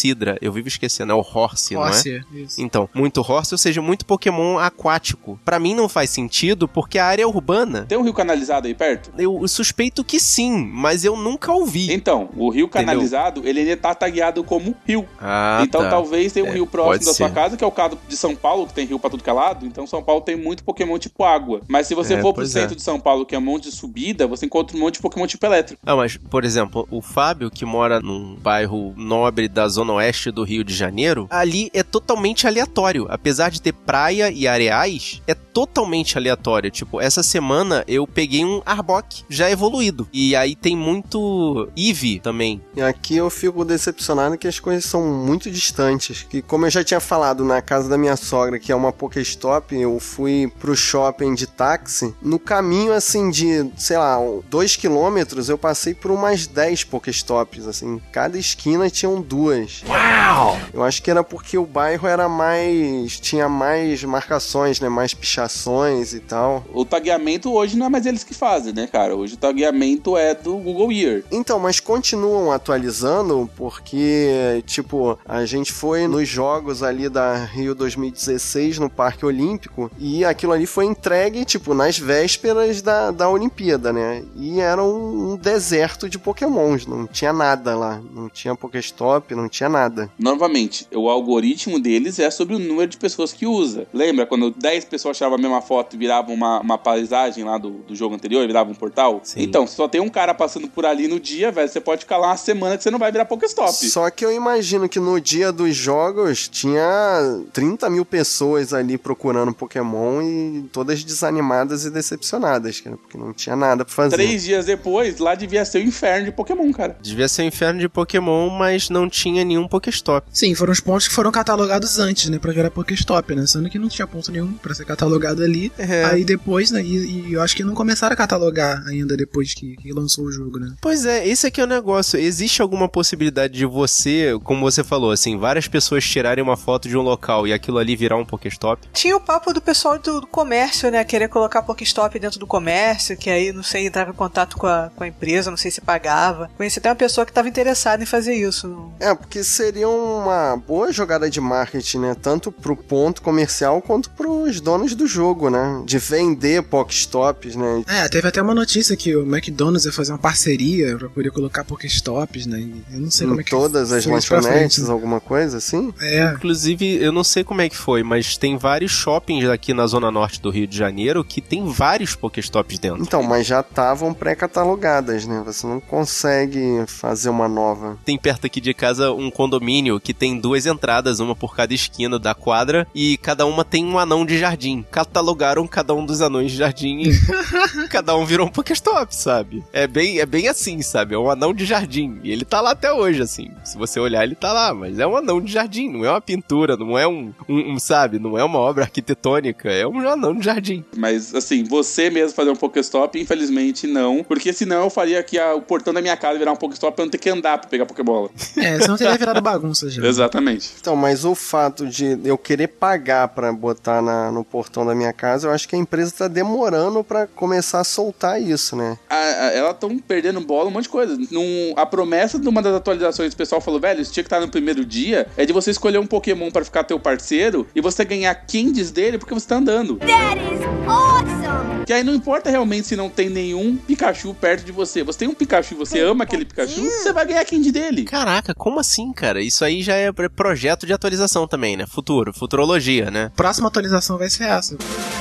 Sidra, eu vivo esquecendo, é o Horse, não é? Horse, isso. Então, muito Horse, ou seja, muito Pokémon aquático. Pra mim não faz sentido, porque a área é urbana. Tem um rio canalizado aí perto? Eu suspeito que sim, mas eu nunca ouvi. Então, o rio canalizado, Entendeu? ele ainda tá tagueado como rio. Ah, então tá. talvez tenha um É, rio próximo pode da sua ser. casa, que é o caso de São Paulo, que tem rio pra tudo que é lado. Então São Paulo tem muito Pokémon tipo água. Mas se você É, for pro pois centro é. de São Paulo, que é um monte de subida, você encontra um monte de Pokémon tipo elétrico. Ah, mas, por exemplo, o Fábio, que mora num bairro nobre da zona oeste do Rio de Janeiro, ali é totalmente aleatório. Apesar de ter praia e areais, é totalmente aleatório. Tipo, essa semana eu peguei um Arbok já evoluído. E aí tem muito Eevee também. E aqui eu fico decepcionado que as coisas são muito distantes. Que como eu já tinha falado na casa da minha sogra, que é uma Pokéstop, eu fui pro shopping de táxi. No caminho, assim, de, sei lá, dois quilômetros, eu passei por umas dez Pokéstops, assim. Cada esquina tinham duas. Uau! Eu acho que era porque o bairro era mais... tinha mais marcações, né? Mais pichações e tal. O tagueamento hoje não é mais eles que fazem, né, cara? Hoje o tagueamento é do Google Ear. Então, mas continuam atualizando porque, tipo, a gente foi nos jogos ali da Rio dois mil e dezesseis no Parque Olímpico e aquilo ali foi entregue, tipo, nas vésperas da, da Olimpíada, né? E era um, um deserto de Pokémons, não tinha nada lá, não tinha Pokéstop, não tinha nada. Novamente, o algoritmo deles é sobre o número de pessoas que usa. Lembra quando dez pessoas tiravam a mesma foto e viravam uma, uma paisagem lá do, do jogo anterior, virava um portal? Sim. Então, se só tem um cara passando por ali no dia, velho, você pode ficar lá uma semana que você não vai virar Pokéstop. Só que eu imagino que no dia dos jogos tinha trinta mil pessoas ali procurando Pokémon e todas desanimadas e decepcionadas, cara, porque não tinha nada pra fazer. Três dias depois, lá devia ser o inferno de Pokémon, cara. Devia ser um inferno de Pokémon, mas não tinha nenhum Pokéstop. Sim, foram os pontos que foram catalogados antes, né, pra virar Pokéstop, né, sendo que não tinha ponto nenhum pra ser catalogado ali. É. Aí depois, né, e, e eu acho que não começaram a catalogar ainda depois que, que lançou o jogo, né. Pois é, esse aqui é o negócio. Existe alguma possibilidade de você, como você falou, assim, várias pessoas tirarem uma foto de um local e aquilo ali virar um Pokéstop? Tinha o papo do pessoal do, do comércio, né? Querer colocar Pokéstop dentro do comércio, que aí, não sei, entrava em contato com a, com a empresa, não sei se pagava. Conheci até uma pessoa que estava interessada em fazer isso. É, porque seria uma boa jogada de marketing, né? Tanto pro ponto comercial quanto pros donos do jogo, né? De vender Pokéstops, né? É, teve até uma notícia que o McDonald's ia fazer uma parceria pra poder colocar Pokéstops, né? E eu não sei Em como é que todas as foi isso pra lanchonetes, frente, né? alguma coisa assim? É. Inclusive, eu não sei como é que foi, mas tem vários shoppings aqui na zona norte do Rio de Janeiro que tem vários Pokéstops dentro. Então, mas já estavam pré-catalogadas, né? Você não consegue fazer uma nova. Tem perto aqui de casa um condomínio que tem duas entradas, uma por cada esquina da quadra, e cada uma tem um anão de jardim. Catalogaram cada um dos anões de jardim e cada um virou um Pokéstop, sabe? É bem, é bem assim, sabe? É um anão de jardim. E ele tá lá até hoje, assim. Se você olhar, ele tá lá, mas é um anão de jardim, não é uma pintura, não é um, um, um sabe? Não é uma obra arquitetônica, é um anão de jardim. Mas, assim, você mesmo fazer um Pokéstop, infelizmente não. Porque senão eu faria que a, o portão da minha casa virar um Pokéstop pra eu não ter que andar pra pegar Pokébola. É, senão teria virado bagunça já. Exatamente. Então, mas o fato de eu querer pagar pra botar na, no portão da minha casa, eu acho que a empresa tá demorando pra começar a soltar isso, né? A, a, elas estão perdendo bola, um monte de coisa. Num, a promessa de uma das atualizações, o pessoal falou, velho, isso tinha que estar no primeiro dia, é de você escolher um Pokémon pra ficar teu parceiro e você ganhar candies dele porque você tá andando. That is awesome! Que aí não importa realmente se não tem nenhum Pikachu perto de você. Você tem um Pikachu e você ama aquele Pikachu, você vai ganhar candy dele. Caraca, como assim, cara? Isso aí já é projeto de atualização também, né? Futuro, futurologia, né? Próxima atualização vai ser essa.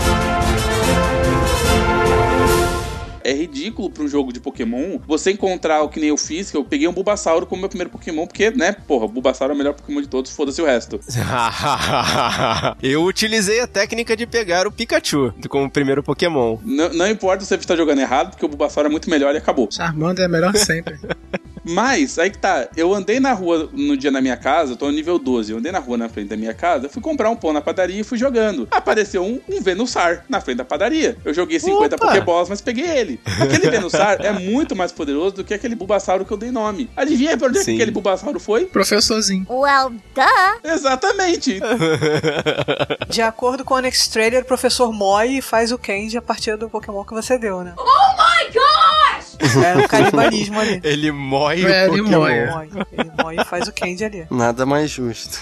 É ridículo pra um jogo de Pokémon você encontrar o que nem eu fiz, que eu peguei um Bulbasauro como meu primeiro Pokémon, porque, né, porra, o Bulbasauro é o melhor Pokémon de todos, foda-se o resto. Eu utilizei a técnica de pegar o Pikachu como primeiro Pokémon. Não, não importa se você tá jogando errado, porque o Bulbasauro é muito melhor e acabou. Charmander é melhor sempre. Mas, aí que tá, eu andei na rua no dia na minha casa, eu tô no nível doze, eu andei na rua na frente da minha casa, fui comprar um pão na padaria e fui jogando. Apareceu um, um Venusaur na frente da padaria. Eu joguei cinquenta Opa! Pokéballs, mas peguei ele. Aquele Venusaur é muito mais poderoso do que aquele Bulbasauro que eu dei nome. Adivinha pra onde é que Sim. aquele Bulbasauro foi? Professorzinho. Well, duh! Exatamente. De acordo com o Next Trailer, o professor Moy faz o Candy a partir do Pokémon que você deu, né? Oh my gosh! É um canibalismo ali. Ele mói É, o ele Pokémon. mói. Mói. Ele mói e faz o candy ali. Nada mais justo.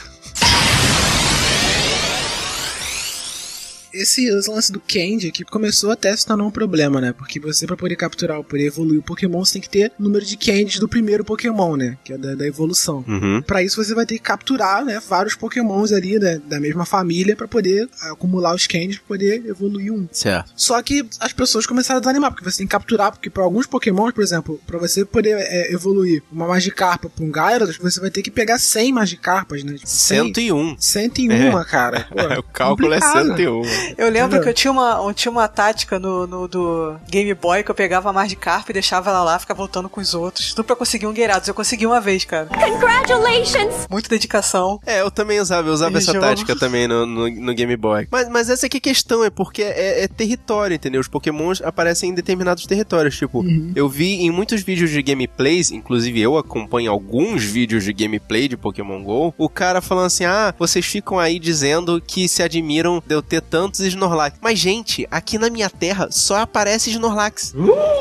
Esse lance do Candy aqui começou até se tornar um problema, né? Porque você, pra poder capturar, poder evoluir o Pokémon, você tem que ter o número de Candies do primeiro Pokémon, né? Que é da, da evolução. Uhum. Pra isso você vai ter que capturar, né, vários Pokémons ali, né, da mesma família pra poder acumular os Candies pra poder evoluir um. Certo. Só que as pessoas começaram a desanimar, porque você tem que capturar, porque pra alguns Pokémons, por exemplo, pra você poder é, evoluir uma Magikarpa pra um Gyarados, você vai ter que pegar cem Magikarpas, né? Tipo, cento e um. cento e um, é. cara. Pô, o cálculo é cento e um. Eu lembro Entendeu? que eu tinha uma, eu tinha uma tática no, no do Game Boy que eu pegava a Magikarp e deixava ela lá, ficava voltando com os outros. Tudo pra conseguir um Gyarados. Eu consegui uma vez, cara. Congratulations! Muita dedicação. É, eu também usava, eu usava essa jogo. tática também no, no, no Game Boy. Mas, mas essa aqui é a questão, é porque é, é território, entendeu? Os Pokémons aparecem em determinados territórios. Tipo, Uhum. eu vi em muitos vídeos de gameplays, inclusive eu acompanho alguns vídeos de gameplay de Pokémon GO, o cara falando assim, ah, vocês ficam aí dizendo que se admiram de eu ter tantos Snorlax. Mas, gente, aqui na minha terra só aparece Snorlax.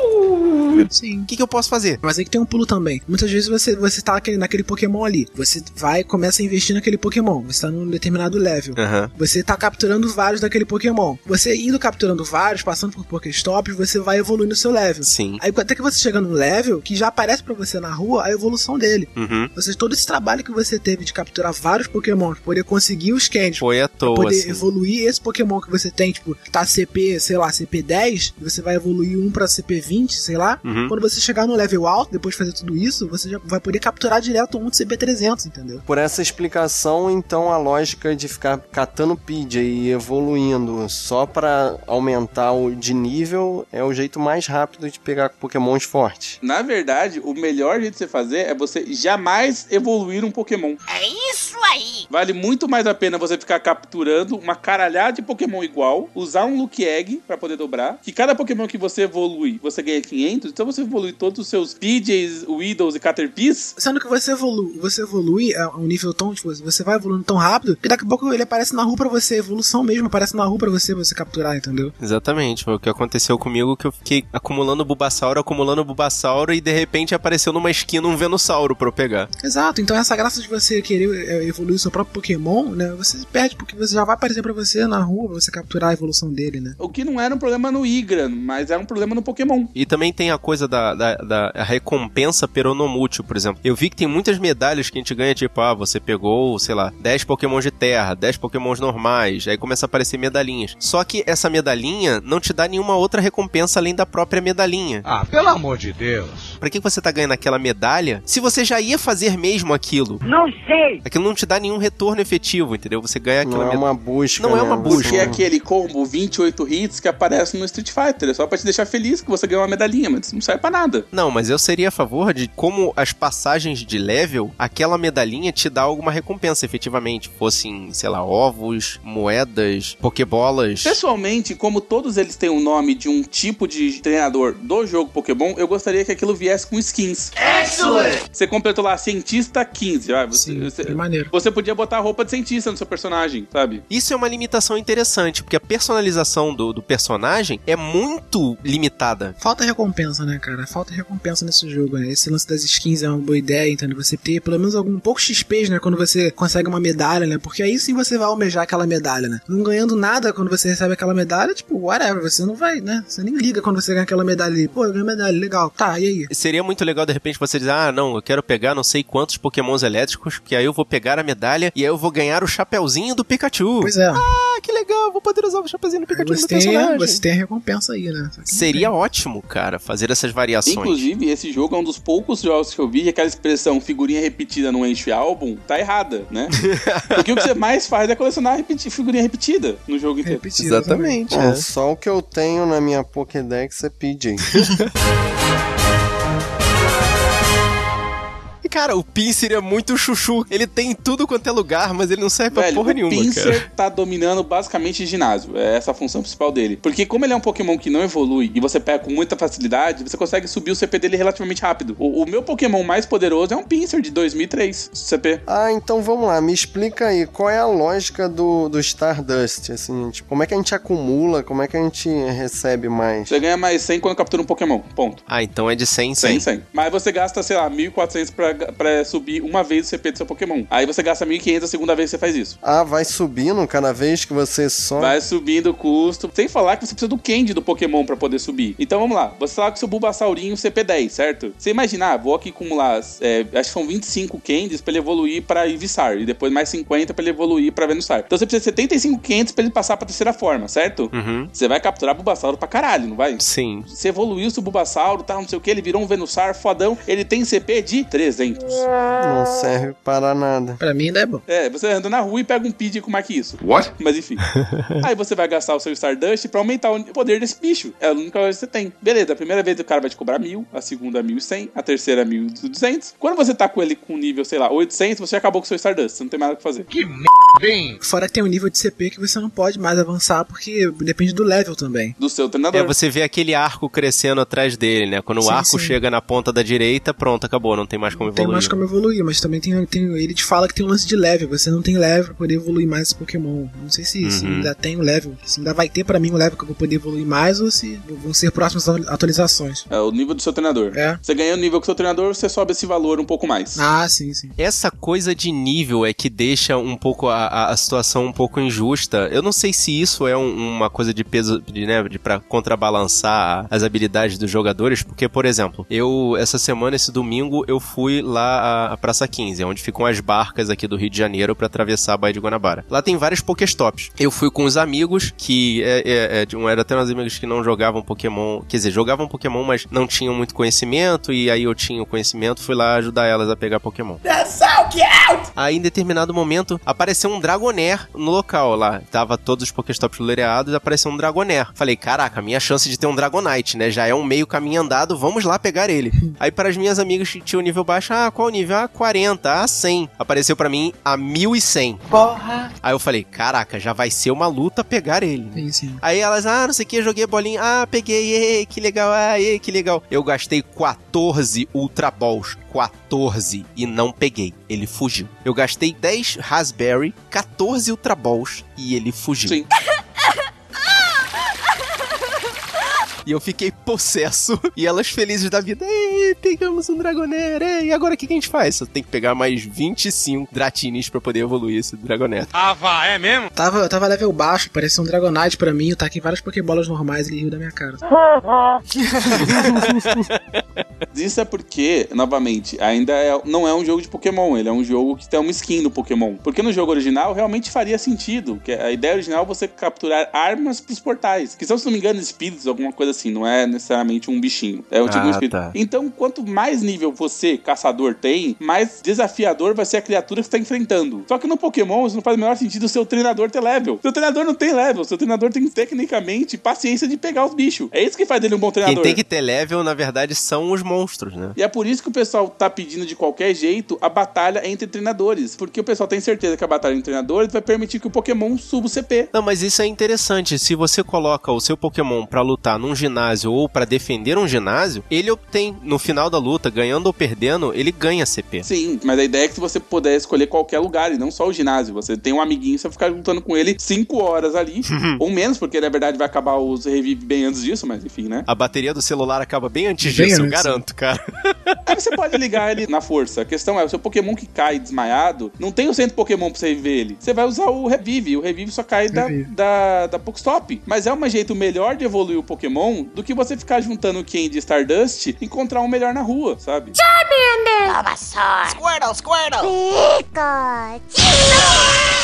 Sim. O que, que eu posso fazer? Mas aí que tem um pulo também. Muitas vezes você, você tá naquele, naquele Pokémon ali. Você vai e começa a investir naquele Pokémon. Você tá num determinado level. Uhum. Você tá capturando vários daquele Pokémon. Você indo capturando vários, passando por Pokéstops, você vai evoluindo o seu level. Sim. Aí até que você chega num level que já aparece pra você na rua a evolução dele. Uhum. Ou seja, todo esse trabalho que você teve de capturar vários Pokémon, poder conseguir os candies, Foi à toa, poder assim. evoluir esse Pokémon que você tem, tipo, tá C P, sei lá, C P dez, e você vai evoluir um pra C P vinte, sei lá. Uhum. Quando você chegar no level alto, depois de fazer tudo isso, você já vai poder capturar direto um de C P trezentos, entendeu? Por essa explicação, então, a lógica de ficar catando Pidgey e evoluindo só pra aumentar o de nível é o jeito mais rápido de pegar Pokémons fortes. Na verdade, o melhor jeito de você fazer é você jamais evoluir um Pokémon. É isso aí! Vale muito mais a pena você ficar capturando uma caralhada de Pokémon igual, usar um Lucky Egg pra poder dobrar, que cada Pokémon que você evolui, você ganha quinhentos, então você evolui todos os seus Pidgeys, Weedles e Caterpies. Sendo que você evolui, você evolui a um nível tão, tipo, você vai evoluindo tão rápido, que daqui a pouco ele aparece na rua pra você, evolução mesmo, aparece na rua pra você, pra você capturar, entendeu? Exatamente, foi o que aconteceu comigo, que eu fiquei acumulando Bulbasauro, acumulando Bulbasauro e de repente apareceu numa esquina um Venusauro pra eu pegar. Exato, então essa graça de você querer é, evoluir o seu próprio Pokémon, né, você perde, porque você já vai aparecer pra você na rua, pra você capturar a evolução dele, né? O que não era um problema no Igran, mas era um problema no Pokémon. E também tem a coisa da, da, da a recompensa peronomútil, por exemplo. Eu vi que tem muitas medalhas que a gente ganha, tipo, ah, você pegou, sei lá, dez Pokémon de terra, dez Pokémons normais, aí começa a aparecer medalhinhas. Só que essa medalhinha não te dá nenhuma outra recompensa além da própria medalhinha. Ah, pelo amor de Deus. Pra que você tá ganhando aquela medalha se você já ia fazer mesmo aquilo? Não sei! Aquilo não te dá nenhum retorno efetivo, entendeu? Você ganha aquela Não é medalha. uma busca, Não é né? uma busca. Porque é aquele combo vinte e oito hits que aparece no Street Fighter. É só pra te deixar feliz que você ganhou uma medalhinha, mas isso não serve pra nada. Não, mas eu seria a favor de como as passagens de level, aquela medalhinha te dá alguma recompensa, efetivamente. Fossem, sei lá, ovos, moedas, pokebolas. Pessoalmente, como todos eles têm o nome de um tipo de treinador do jogo Pokémon, eu gostaria que aquilo viesse com skins. Excellent! Você completou lá Cientista quinze, vai, você, Sim, você, é maneiro. você podia botar a roupa de cientista no seu personagem, sabe? Isso é uma limitação interessante, porque a personalização do, do personagem é muito limitada. Falta recompensa, né, cara? Falta recompensa nesse jogo, né? Esse lance das skins é uma boa ideia, entendeu? Você ter pelo menos algum pouco X P, né? Quando você consegue uma medalha, né? Porque aí sim você vai almejar aquela medalha, né? Não ganhando nada quando você recebe aquela medalha, tipo, whatever, você não vai, né? Você nem liga quando você ganha aquela medalha ali. Pô, eu ganhei medalha, legal. Tá, e aí? Seria muito legal, de repente, você dizer, ah, não, eu quero pegar não sei quantos pokémons elétricos, que aí eu vou pegar a medalha e aí eu vou ganhar o chapeuzinho do Pikachu. Pois é. Ah, que legal, vou poder usar o chapeuzinho do Pikachu Você no tem, personagem. você tem a recompensa aí, né? Seria ótimo, cara, fazer essas variações. Inclusive, esse jogo é um dos poucos jogos que eu vi que aquela expressão figurinha repetida não enche álbum tá errada, né? Porque o que você mais faz é colecionar repeti- figurinha repetida no jogo inteiro. Repetido, Exatamente. É, É. só o que eu tenho na minha Pokédex é Pidgey. Cara, o Pinsir é muito chuchu. Ele tem tudo quanto é lugar, mas ele não serve pra Velho, porra o nenhuma, Pinsir cara. tá dominando basicamente ginásio. É essa a função principal dele. Porque como ele é um Pokémon que não evolui e você pega com muita facilidade, você consegue subir o C P dele relativamente rápido. O, o meu Pokémon mais poderoso é um Pinsir de dois mil e três C P. Ah, então vamos lá. Me explica aí, qual é a lógica do, do Stardust? Assim, tipo, como é que a gente acumula? Como é que a gente recebe mais? Você ganha mais cem quando captura um Pokémon. Ponto. Ah, então é de cem em cem, cem. cem. Mas você gasta, sei lá, mil e quatrocentos pra, pra subir uma vez o C P do seu Pokémon. Aí você gasta mil e quinhentos a segunda vez que você faz isso. Ah, vai subindo cada vez que você só... Vai subindo o custo. Sem falar que você precisa do Candy do Pokémon pra poder subir. Então vamos lá. Você tá lá com seu Bulbasaurinho C P dez, certo? Você imagina, ah, vou aqui acumular, é, acho que são vinte e cinco Candies pra ele evoluir pra Ivysaur. E depois mais cinquenta pra ele evoluir pra Venusaur. Então você precisa de setenta e cinco Candies pra ele passar pra terceira forma, certo? Uhum. Você vai capturar Bulbasauro pra caralho, não vai? Sim. Você evoluiu seu Bulbasauro, tá, não sei o que, ele virou um Venusaur fodão. Ele tem C P de trezentos. Não serve para nada. Pra mim ainda é bom. É, você anda na rua e pega um Pidgey com mais que isso. What? Mas enfim. Aí você vai gastar o seu Stardust pra aumentar o poder desse bicho. É a única coisa que você tem. Beleza, a primeira vez o cara vai te cobrar mil, a segunda mil e cem, a terceira mil e duzentos. Quando você tá com ele com nível, sei lá, oitocentos, você acabou com o seu Stardust. Você não tem mais nada que fazer. Que merda, hein? Fora que tem um nível de C P que você não pode mais avançar, porque depende do level também. Do seu treinador. É, você vê aquele arco crescendo atrás dele, né? Quando Sim, o arco sim. chega na ponta da direita, pronto, acabou, não tem mais como Não tem evoluir. mais como evoluir, mas também tem, tem. Ele te fala que tem um lance de level. Você não tem level pra poder evoluir mais esse Pokémon. Não sei se, se Uhum. ainda tem o level. Se ainda vai ter pra mim um level que eu vou poder evoluir mais ou se vão ser próximas atualizações. É o nível do seu treinador. É. Você ganha o nível com o seu treinador, você sobe esse valor um pouco mais. Ah, sim, sim. Essa coisa de nível é que deixa um pouco a, a- a situação um pouco injusta. Eu não sei se isso é um- uma coisa de peso, de, né, de pra contrabalançar as habilidades dos jogadores, porque, por exemplo, eu, essa semana, esse domingo, eu fui lá à, à Praça quinze, onde ficam as barcas aqui do Rio de Janeiro pra atravessar a Baía de Guanabara. Lá tem vários Pokéstops. Eu fui com os amigos que, é, é, é, de um- era até uns amigos que não jogavam Pokémon, quer dizer, jogavam Pokémon, mas não tinham muito conhecimento, e aí eu tinha o conhecimento, fui lá ajudar elas a pegar Pokémon. Aí, em determinado momento, apareceu um Dragonair no local lá. Tava todos os Pokéstops lureados e apareceu um Dragonair. Falei, caraca, minha chance de ter um Dragonite, né? Já é um meio caminho andado, vamos lá pegar ele. Aí, para as minhas amigas que tinham nível baixo, ah, qual nível? Ah, quarenta, ah, cem. Apareceu pra mim a mil e cem. Porra! Aí eu falei, caraca, já vai ser uma luta pegar ele. Sim, sim. Aí elas, ah, não sei o que, joguei a bolinha, ah, peguei, ei, que legal, ah, ei, que legal. Eu gastei quatorze Ultra Balls, quatorze, e não peguei, ele fugiu. Eu gastei dez Raspberry, quatorze Ultra Balls, e ele fugiu. Sim. E eu fiquei possesso. E elas felizes da vida. Ei, pegamos um Dragonair. Ei, e agora o que, que a gente faz? Só tem que pegar mais vinte e cinco Dratines pra poder evoluir esse Dragonair. Ah, vá, é mesmo? Tava, eu tava level baixo, parecia um Dragonite pra mim. Eu taquei várias Pokébolas normais e ele riu da minha cara. Isso é porque, novamente, ainda é- não é um jogo de Pokémon, ele é um jogo que tem uma skin do Pokémon. Porque no jogo original realmente faria sentido, que a ideia original é você capturar armas pros portais, que são, se não me engano, espíritos, alguma coisa assim, não é necessariamente um bichinho, é um tipo de Ah, espírito. tá. Então, quanto mais nível você, caçador, tem, mais desafiador vai ser a criatura que você tá enfrentando. Só que no Pokémon, isso não faz o menor sentido o seu treinador ter level. Seu treinador não tem level, seu treinador tem, tecnicamente, paciência de pegar os bichos. É isso que faz dele um bom treinador. Quem tem que ter level, na verdade, são os monstros, né? E é por isso que o pessoal tá pedindo de qualquer jeito a batalha entre treinadores. Porque o pessoal tem certeza que a batalha entre treinadores vai permitir que o Pokémon suba o C P. Não, mas isso é interessante. Se você coloca o seu Pokémon pra lutar num ginásio ou pra defender um ginásio, ele obtém, no final da luta, ganhando ou perdendo, ele ganha C P. Sim, mas a ideia é que se você puder escolher qualquer lugar e não só o ginásio. Você tem um amiguinho, você vai ficar lutando com ele cinco horas ali. Ou menos, porque na verdade vai acabar os revive bem antes disso, mas enfim, né? A bateria do celular acaba bem antes Bem disso, eu antes. garanto, cara. Aí você pode ligar ele na força. A questão é, o seu Pokémon que cai desmaiado, não tem o centro Pokémon pra você reviver ele. Você vai usar o Revive. O Revive só cai da, Revive. da, da Pokestop. Mas é um jeito melhor de evoluir o Pokémon do que você ficar juntando Candy e Stardust e encontrar um melhor na rua, sabe? Bulbasaur. Squirtle, Squirtle! Pikachu.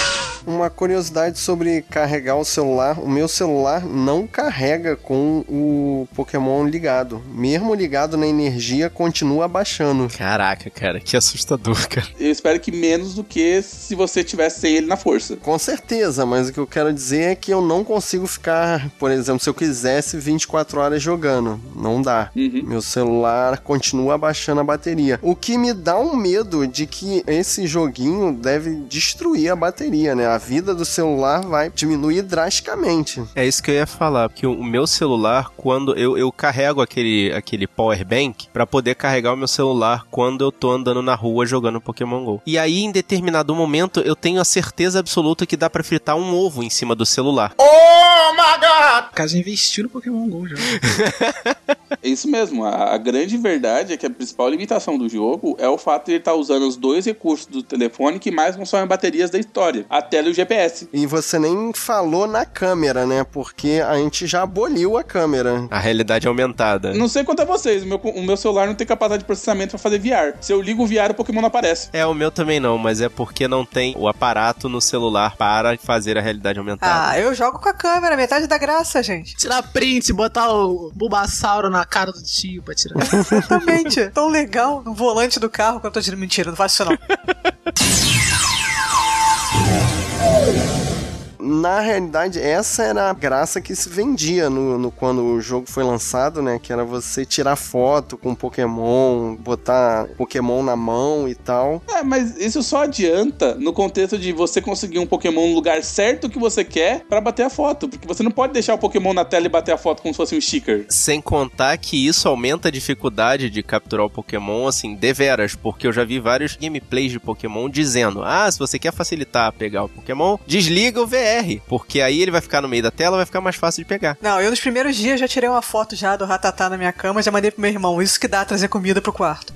Uma curiosidade sobre carregar o celular. O meu celular não carrega com o Pokémon ligado. Mesmo ligado na energia, continua baixando. Caraca, cara, que assustador, cara. Eu espero que menos do que se você tivesse sem ele na força. Com certeza, mas o que eu quero dizer é que eu não consigo ficar, por exemplo, se eu quisesse vinte e quatro horas jogando. Não dá. Uhum. Meu celular continua baixando a bateria. O que me dá um medo de que esse joguinho deve destruir a bateria, né? A vida do celular vai diminuir drasticamente. É isso que eu ia falar, porque o meu celular, quando eu, eu carrego aquele, aquele power bank pra poder carregar o meu celular quando eu tô andando na rua jogando Pokémon GO. E aí, em determinado momento, eu tenho a certeza absoluta que dá pra fritar um ovo em cima do celular. Oh my god! O cara já investiu no Pokémon GO já. É isso mesmo. A, a grande verdade é que a principal limitação do jogo é o fato de ele estar usando os dois recursos do telefone que mais consomem baterias da história, a tela e o G P S. E você nem falou na câmera, né? Porque a gente já aboliu a câmera. A realidade aumentada. Não sei quanto a vocês, o meu, o meu celular não tem capacidade de processamento pra fazer V R. Se eu ligo o V R, o Pokémon não aparece. É, o meu também não, mas é porque não tem o aparato no celular para fazer a realidade aumentada. Ah, eu jogo com a câmera, metade da graça, gente. Tirar print, botar o Bulbasauro na cara do tio pra tirar. Exatamente. Tão legal no volante do carro quando eu tô dizendo mentira, não faço isso não. Na realidade, essa era a graça que se vendia no, no, quando o jogo foi lançado, né? Que era você tirar foto com Pokémon, botar Pokémon na mão e tal. É, mas isso só adianta no contexto de você conseguir um Pokémon no lugar certo que você quer pra bater a foto. Porque você não pode deixar o Pokémon na tela e bater a foto como se fosse um sticker. Sem contar que isso aumenta a dificuldade de capturar o Pokémon, assim, deveras. Porque eu já vi vários gameplays de Pokémon dizendo: ah, se você quer facilitar pegar o Pokémon, desliga o V R. Porque aí ele vai ficar no meio da tela, vai ficar mais fácil de pegar. Não, eu nos primeiros dias já tirei uma foto já do Ratatá na minha cama, já mandei pro meu irmão. Isso que dá trazer comida pro quarto.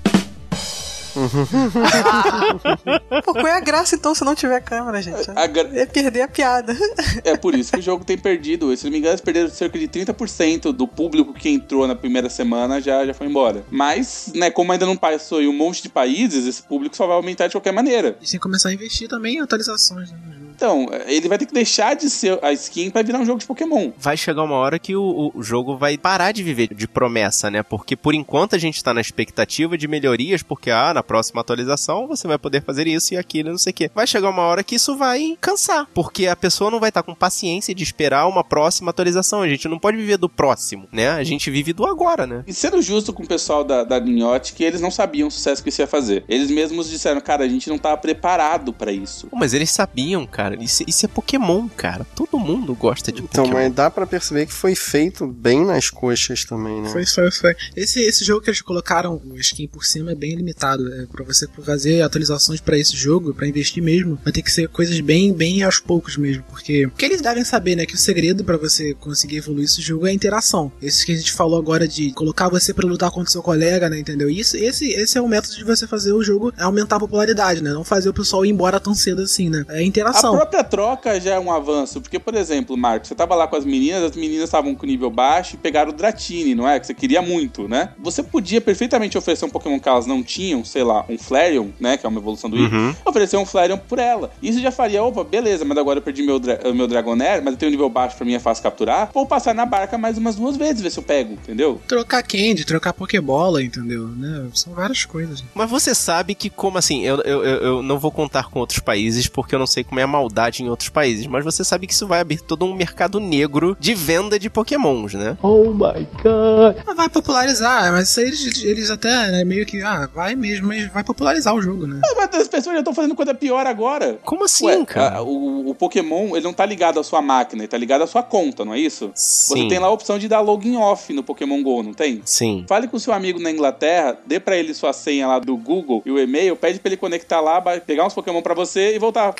Pô, qual é a graça então se não tiver câmera, gente? Gra... É perder a piada. É por isso que o jogo tem perdido. Se não me engano, eles perderam cerca de trinta por cento do público que entrou na primeira semana já, já foi embora. Mas, né, como ainda não passou em um monte de países, esse público só vai aumentar de qualquer maneira. E sem começar a investir também em atualizações, né, no jogo. Então, ele vai ter que deixar de ser a skin pra virar um jogo de Pokémon. Vai chegar uma hora que o, o jogo vai parar de viver de promessa, né? Porque por enquanto a gente tá na expectativa de melhorias, porque ah, na próxima atualização você vai poder fazer isso e aquilo, não sei o quê. Vai chegar uma hora que isso vai cansar, porque a pessoa não vai estar com paciência de esperar uma próxima atualização. A gente não pode viver do próximo, né? A gente vive do agora, né? E sendo justo com o pessoal da, da Ninhote, que eles não sabiam o sucesso que isso ia fazer. Eles mesmos disseram, cara, a gente não tava preparado pra isso. Pô, mas eles sabiam, cara. Isso, isso é Pokémon, cara. Todo mundo gosta de então, Pokémon. Então, mas dá pra perceber que foi feito bem nas coxas também, né? Foi, foi, foi. Esse, esse jogo que eles colocaram o skin por cima é bem limitado. É, pra você fazer atualizações pra esse jogo, pra investir mesmo, vai ter que ser coisas bem, bem aos poucos mesmo. Porque o que eles devem saber, né? Que o segredo pra você conseguir evoluir esse jogo é a interação. Esse que a gente falou agora de colocar você pra lutar contra o seu colega, né? Entendeu? Isso, esse, esse é o método de você fazer o jogo aumentar a popularidade, né? Não fazer o pessoal ir embora tão cedo assim, né? É a interação. A própria troca já é um avanço, porque, por exemplo, Marcos, você tava lá com as meninas, as meninas estavam com nível baixo e pegaram o Dratini, não é? Que você queria muito, né? Você podia perfeitamente oferecer um Pokémon que elas não tinham, sei lá, um Flareon, né? Que é uma evolução do uhum. I, oferecer um Flareon por ela. Isso já faria, opa, beleza, mas agora eu perdi meu, dra- meu Dragonair, mas eu tenho um nível baixo, pra mim é fácil capturar. Vou passar na barca mais umas duas vezes, ver se eu pego, entendeu? Trocar Candy, trocar Pokébola, entendeu? Né? São várias coisas. Mas você sabe que, como assim, eu, eu, eu não vou contar com outros países, porque eu não sei como é a maldade em outros países, mas você sabe que isso vai abrir todo um mercado negro de venda de Pokémons, né? Oh my god! Vai popularizar, mas isso aí eles, eles até, né, meio que, ah, vai mesmo, mas vai popularizar o jogo, né? Ah, mas as pessoas já estão fazendo coisa pior agora. Como assim, Ué, cara? A, o, o Pokémon, ele não tá ligado à sua máquina, ele tá ligado à sua conta, não é isso? Sim. Você tem lá a opção de dar login off no Pokémon GO, não tem? Sim. Fale com seu amigo na Inglaterra, dê pra ele sua senha lá do Google e o e-mail, pede pra ele conectar lá, pegar uns Pokémon pra você e voltar.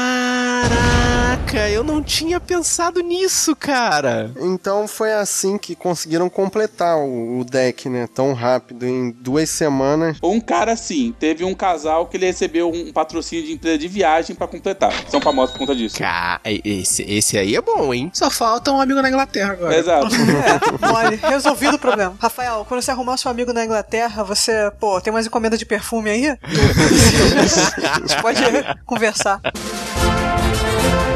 Caraca, eu não tinha pensado nisso, cara. Então foi assim que conseguiram completar o, o deck, né? Tão rápido, em duas semanas. Um cara assim, teve um casal que ele recebeu um patrocínio de empresa de viagem pra completar. São famosos por conta disso. Cara, esse, esse aí é bom, hein? Só falta um amigo na Inglaterra agora. Exato. É, mole, resolvido o problema. Rafael, quando você arrumar seu amigo na Inglaterra, você, pô, tem mais encomenda de perfume aí? A gente pode conversar.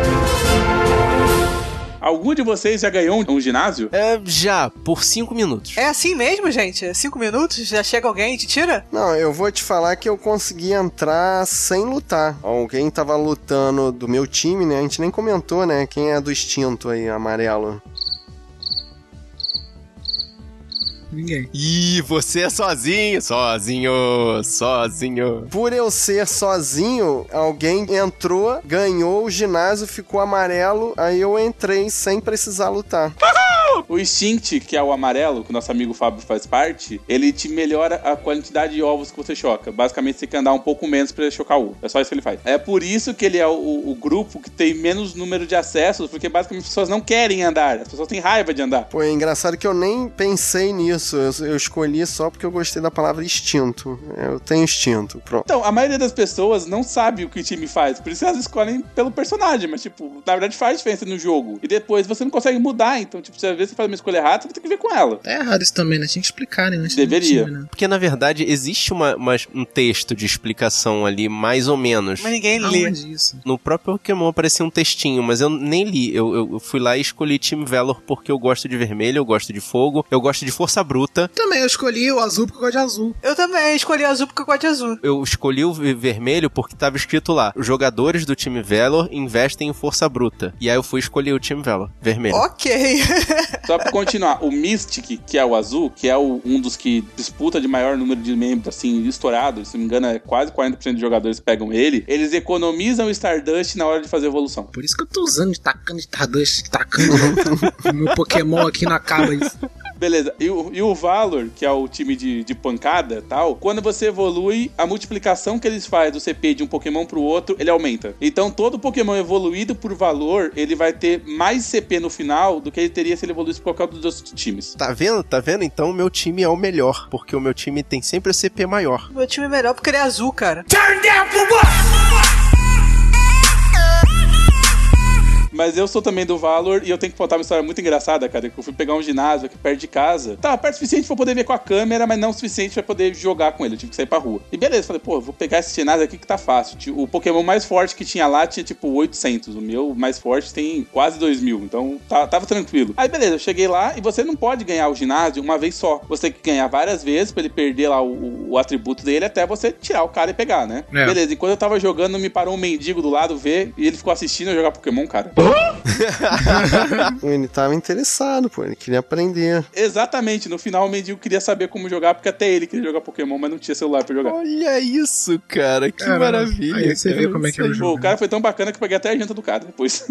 Algum de vocês já ganhou um, um ginásio? É, já, por cinco minutos. É assim mesmo, gente? Cinco minutos? Já chega alguém e te tira? Não, eu vou te falar que eu consegui entrar sem lutar. Alguém tava lutando do meu time, né? A gente nem comentou, né? Quem é do extinto aí, amarelo? Ninguém. Ih, você é sozinho, sozinho, sozinho. Por eu ser sozinho, alguém entrou, ganhou o ginásio, ficou amarelo, aí eu entrei sem precisar lutar. O Instinct, que é o amarelo, que o nosso amigo Fábio faz parte, ele te melhora a quantidade de ovos que você choca. Basicamente, você tem que andar um pouco menos pra chocar o ovo. É só isso que ele faz. É por isso que ele é o, o grupo que tem menos número de acessos, porque basicamente as pessoas não querem andar. As pessoas têm raiva de andar. Pô, é engraçado que eu nem pensei nisso. Eu, eu escolhi só porque eu gostei da palavra instinto. Eu tenho instinto, pronto. Então, a maioria das pessoas não sabe o que o time faz. Por isso elas escolhem pelo personagem. Mas, tipo, na verdade faz diferença no jogo. E depois você não consegue mudar. Então, tipo, você às vezes você faz uma escolha errada, você vai ter que ver com ela. É errado isso também, né? Tinha que explicar, né? Antes Deveria. do time, né? Porque, na verdade, existe uma, uma- um texto de explicação ali, mais ou menos. Mas ninguém lê. Aonde isso? No próprio Pokémon aparecia um textinho, mas eu nem li. Eu, eu- eu fui lá e escolhi Team Valor porque eu gosto de vermelho, eu gosto de fogo, eu gosto de força bruta. Também, eu escolhi o azul porque eu gosto de azul. Eu também escolhi azul porque eu gosto de azul. Eu escolhi o ve- vermelho porque tava escrito lá: os jogadores do time Valor investem em força bruta. E aí eu fui escolher o time Valor, vermelho. Ok. Só pra continuar, o Mystic, que é o azul, que é o- um dos que disputa de maior número de membros, assim, estourado, se não me engano, é quase quarenta por cento de jogadores pegam ele, eles economizam o Stardust na hora de fazer a evolução. Por isso que eu tô usando de tacando de Stardust, tacando meu Pokémon aqui não acaba isso. Beleza, e o, e o Valor, que é o time de, de pancada e tal, quando você evolui, a multiplicação que eles fazem do C P de um Pokémon pro outro, ele aumenta. Então todo Pokémon evoluído por valor, ele vai ter mais C P no final do que ele teria se ele evoluísse por qualquer dos outros times. Tá vendo? Tá vendo? Então o meu time é o melhor, porque o meu time tem sempre o C P maior. Meu time é melhor porque ele é azul, cara. Turn down for what? Mas eu sou também do Valor e eu tenho que contar uma história muito engraçada, cara, que eu fui pegar um ginásio aqui perto de casa. Tava perto o suficiente pra poder ver com a câmera, mas não o suficiente pra poder jogar com ele. Eu tive que sair pra rua. E beleza, falei, pô, vou pegar esse ginásio aqui que tá fácil. O Pokémon mais forte que tinha lá tinha tipo oitocentos. O meu mais forte tem quase dois mil. Então tá, tava tranquilo. Aí beleza, eu cheguei lá e você não pode ganhar o ginásio uma vez só. Você tem que ganhar várias vezes pra ele perder lá o, o atributo dele até você tirar o cara e pegar, né? É. Beleza, enquanto eu tava jogando, me parou um mendigo do lado ver e ele ficou assistindo eu jogar Pokémon, cara. Ele tava interessado, pô. Ele queria aprender. Exatamente, no final o mendigo queria saber como jogar, porque até ele queria jogar Pokémon, mas não tinha celular pra jogar. Olha isso, cara, que Caramba. maravilha. Aí você cara. vê como é que é o Pô, jogo. o cara foi tão bacana que eu peguei até a janta do cara depois.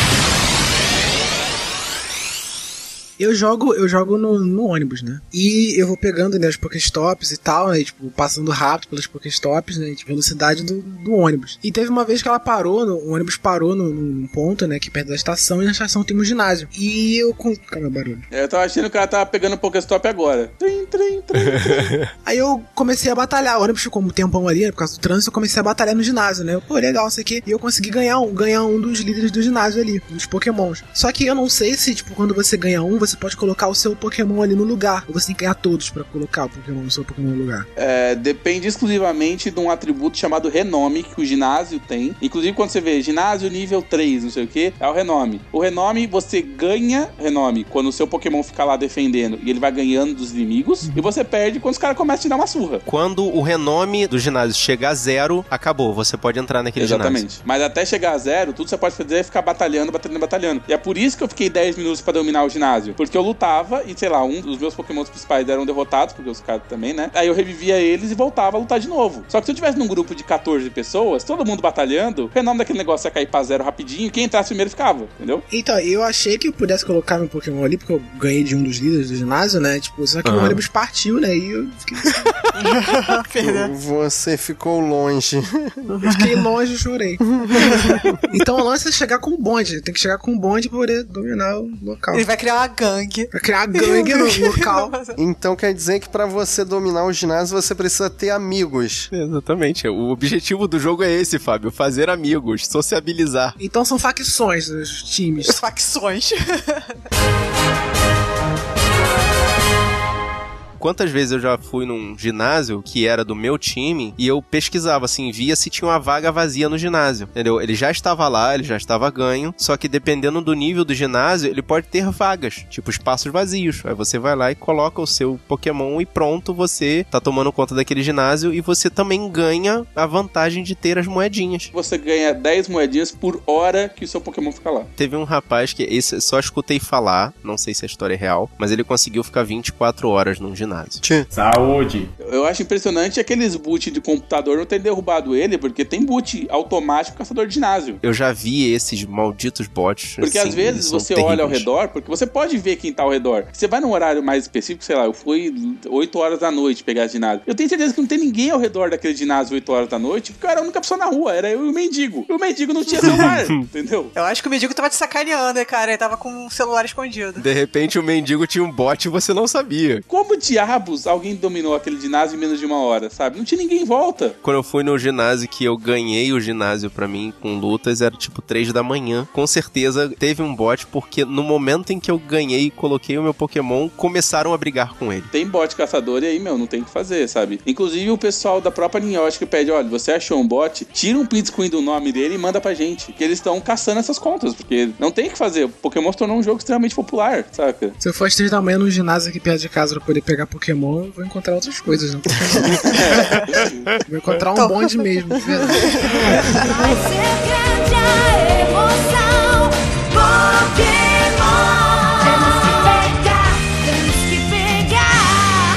Eu jogo, eu jogo no, no ônibus, né? E eu vou pegando, né, os Pokéstops e tal, né? Tipo, passando rápido pelos Pokéstops, né? De velocidade do, do ônibus. E teve uma vez que ela parou, no, o ônibus parou no, num ponto, né? Aqui perto da estação, e na estação tem um ginásio. E eu... Com... Calma, barulho. Eu tava achando que o cara tava pegando o Pokéstop agora. Trim, trim, trim, trim. Aí eu comecei a batalhar. O ônibus ficou um tempão ali, né, por causa do trânsito, eu comecei a batalhar no ginásio, né? Pô, legal, isso aqui. E eu consegui ganhar um, ganhar um dos líderes do ginásio ali, dos Pokémons. Só que eu não sei se, tipo, quando você ganha um, você pode colocar o seu Pokémon ali no lugar. Ou você tem que ganhar todos pra colocar o Pokémon, o seu Pokémon no lugar. É, depende exclusivamente de um atributo chamado renome, que o ginásio tem. Inclusive, quando você vê ginásio nível três, não sei o que, é o renome. O renome, você ganha renome quando o seu Pokémon fica lá defendendo e ele vai ganhando dos inimigos. Uhum. E você perde quando os caras começam a te dar uma surra. Quando o renome do ginásio chegar a zero, acabou. Você pode entrar naquele Exatamente. ginásio. Mas até chegar a zero, tudo você pode fazer é ficar batalhando, batalhando, batalhando. E é por isso que eu fiquei dez minutos pra dominar o ginásio. Porque eu lutava e, sei lá, um dos meus Pokémons principais eram derrotados, porque os caras também, né? Aí eu revivia eles e voltava a lutar de novo. Só que se eu tivesse num grupo de catorze pessoas, todo mundo batalhando, o renome daquele negócio ia cair pra zero rapidinho, quem entrasse primeiro ficava, entendeu? Então, eu achei que eu pudesse colocar meu Pokémon ali, porque eu ganhei de um dos líderes do ginásio, né? Tipo, só que uhum. o ônibus partiu, né? E eu fiquei... Você ficou longe. Eu fiquei longe e chorei. Então o lance é chegar com o bonde. Tem que chegar com o bonde pra poder dominar o local. Ele vai criar uma gangue. Vai criar uma gangue no local. Então quer dizer que pra você dominar o ginásio, você precisa ter amigos. Exatamente. O objetivo do jogo é esse, Fábio. Fazer amigos, sociabilizar. Então são facções dos times. Facções. Quantas vezes eu já fui num ginásio que era do meu time e eu pesquisava, assim, via se tinha uma vaga vazia no ginásio, entendeu? Ele já estava lá, ele já estava ganho, só que dependendo do nível do ginásio, ele pode ter vagas, tipo espaços vazios. Aí você vai lá e coloca o seu Pokémon e pronto, você tá tomando conta daquele ginásio e você também ganha a vantagem de ter as moedinhas. Você ganha dez moedinhas por hora que o seu Pokémon fica lá. Teve um rapaz que esse só escutei falar, não sei se a história é real, mas ele conseguiu ficar vinte e quatro horas num ginásio. Tchê. Saúde! Eu acho impressionante aqueles boot de computador não terem derrubado ele, porque tem boot automático caçador de ginásio. Eu já vi esses malditos bots. Porque assim, às vezes você terríveis. olha ao redor, porque você pode ver quem tá ao redor. Você vai num horário mais específico, sei lá, eu fui oito horas da noite pegar ginásio. Eu tenho certeza que não tem ninguém ao redor daquele ginásio oito horas da noite, porque eu era a única pessoa na rua, era eu e o mendigo. E o mendigo não tinha celular, entendeu? Eu acho que o mendigo tava te sacaneando, cara, ele tava com o celular escondido. De repente o mendigo tinha um bot e você não sabia. Como diabos alguém dominou aquele ginásio em menos de uma hora, sabe? Não tinha ninguém em volta. Quando eu fui no ginásio que eu ganhei o ginásio pra mim com lutas, era tipo três da manhã. Com certeza teve um bot, porque no momento em que eu ganhei e coloquei o meu Pokémon, começaram a brigar com ele. Tem bot caçador e aí, meu, não tem o que fazer, sabe? Inclusive o pessoal da própria Niantic pede, olha, você achou um bot, tira um print screen do nome dele e manda pra gente. Que eles estão caçando essas contas, porque não tem o que fazer. O Pokémon se tornou um jogo extremamente popular, saca? Se eu for às três da manhã no ginásio aqui perto de casa pra poder pegar Pokémon, eu vou encontrar outras coisas, não Vou encontrar um bonde mesmo, de verdade. Vai ser grande a emoção, Pokémon. Temos que pegar, temos que pegar.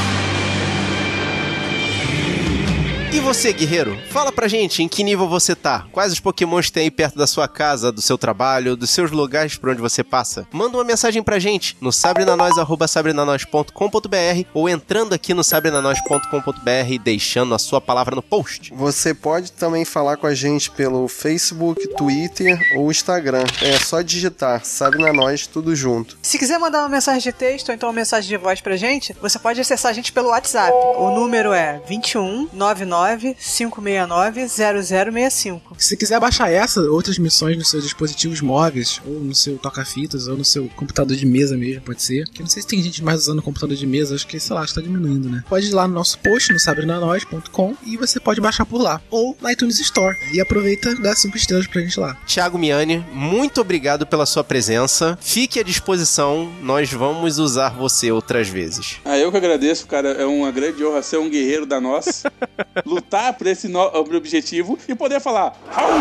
E você, guerreiro? Fala pra gente em que nível você tá. Quais os Pokémons tem aí perto da sua casa, do seu trabalho, dos seus lugares por onde você passa. Manda uma mensagem pra gente no sabrenanois, arroba sabrenanois ponto com ponto br ou entrando aqui no sabrenanois ponto com ponto br e deixando a sua palavra no post. Você pode também falar com a gente pelo Facebook, Twitter ou Instagram. É só digitar Sabrenanois tudo junto. Se quiser mandar uma mensagem de texto ou então uma mensagem de voz pra gente, você pode acessar a gente pelo WhatsApp. O número é vinte e um, noventa e nove, cinco seis nove, zero zero seis cinco. Se quiser baixar essa, outras missões nos seus dispositivos móveis, ou no seu toca-fitas, ou no seu computador de mesa mesmo, pode ser. Que eu não sei se tem gente mais usando computador de mesa, acho que, sei lá, está diminuindo, né? Pode ir lá no nosso post, no sabrenanois ponto com, e você pode baixar por lá. Ou na iTunes Store. E aproveita e dá cinco estrelas pra gente lá. Thiago Miani, muito obrigado pela sua presença. Fique à disposição, nós vamos usar você outras vezes. Ah, eu que agradeço, cara. É uma grande honra ser um guerreiro da nossa. Lutar por esse no- objetivo e poder falar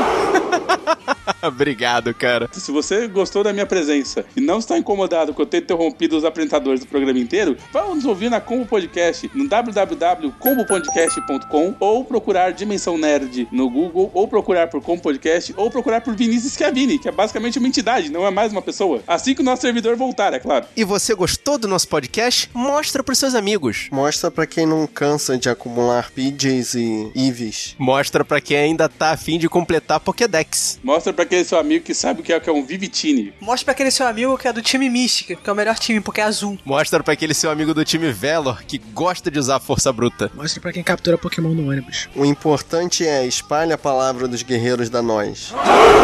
Obrigado, cara. Se você gostou da minha presença e não está incomodado com eu ter interrompido os apresentadores do programa inteiro, vá nos ouvir na Combo Podcast no w w w ponto combo podcast ponto com ou procurar Dimensão Nerd no Google, ou procurar por Combo Podcast, ou procurar por Vinícius Schiavini, que é basicamente uma entidade, não é mais uma pessoa. Assim que o nosso servidor voltar, é claro. E você gostou do nosso podcast? Mostra pros seus amigos. Mostra pra quem não cansa de acumular P Js e Eevees. Mostra pra quem ainda tá afim de completar Pokédex. Mostra pra aquele seu amigo que sabe o que é, que é um Vivitine. Mostra pra aquele seu amigo que é do time Mystic, que é o melhor time, porque é azul. Mostra pra aquele seu amigo do time Velor que gosta de usar força bruta. Mostra pra quem captura Pokémon no ônibus. O importante é espalhe a palavra dos guerreiros da nós.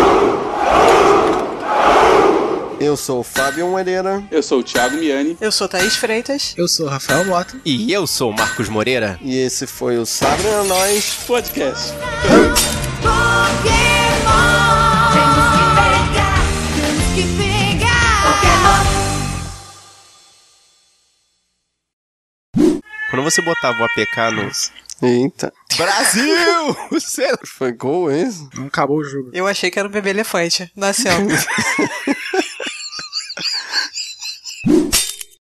Eu sou o Fábio Moreira. Eu sou o Thiago Miani. Eu sou Thaís Freitas. Eu sou o Rafael Mota. E eu sou o Marcos Moreira. E esse foi o Sabrenanois Podcast. Pokémon. Temos que pegar, temos que pegar. Pokémon. Quando você botava o A P K no... Eita. Brasil! Você... Foi gol esse? Não acabou o jogo. Eu achei que era um bebê elefante nascendo.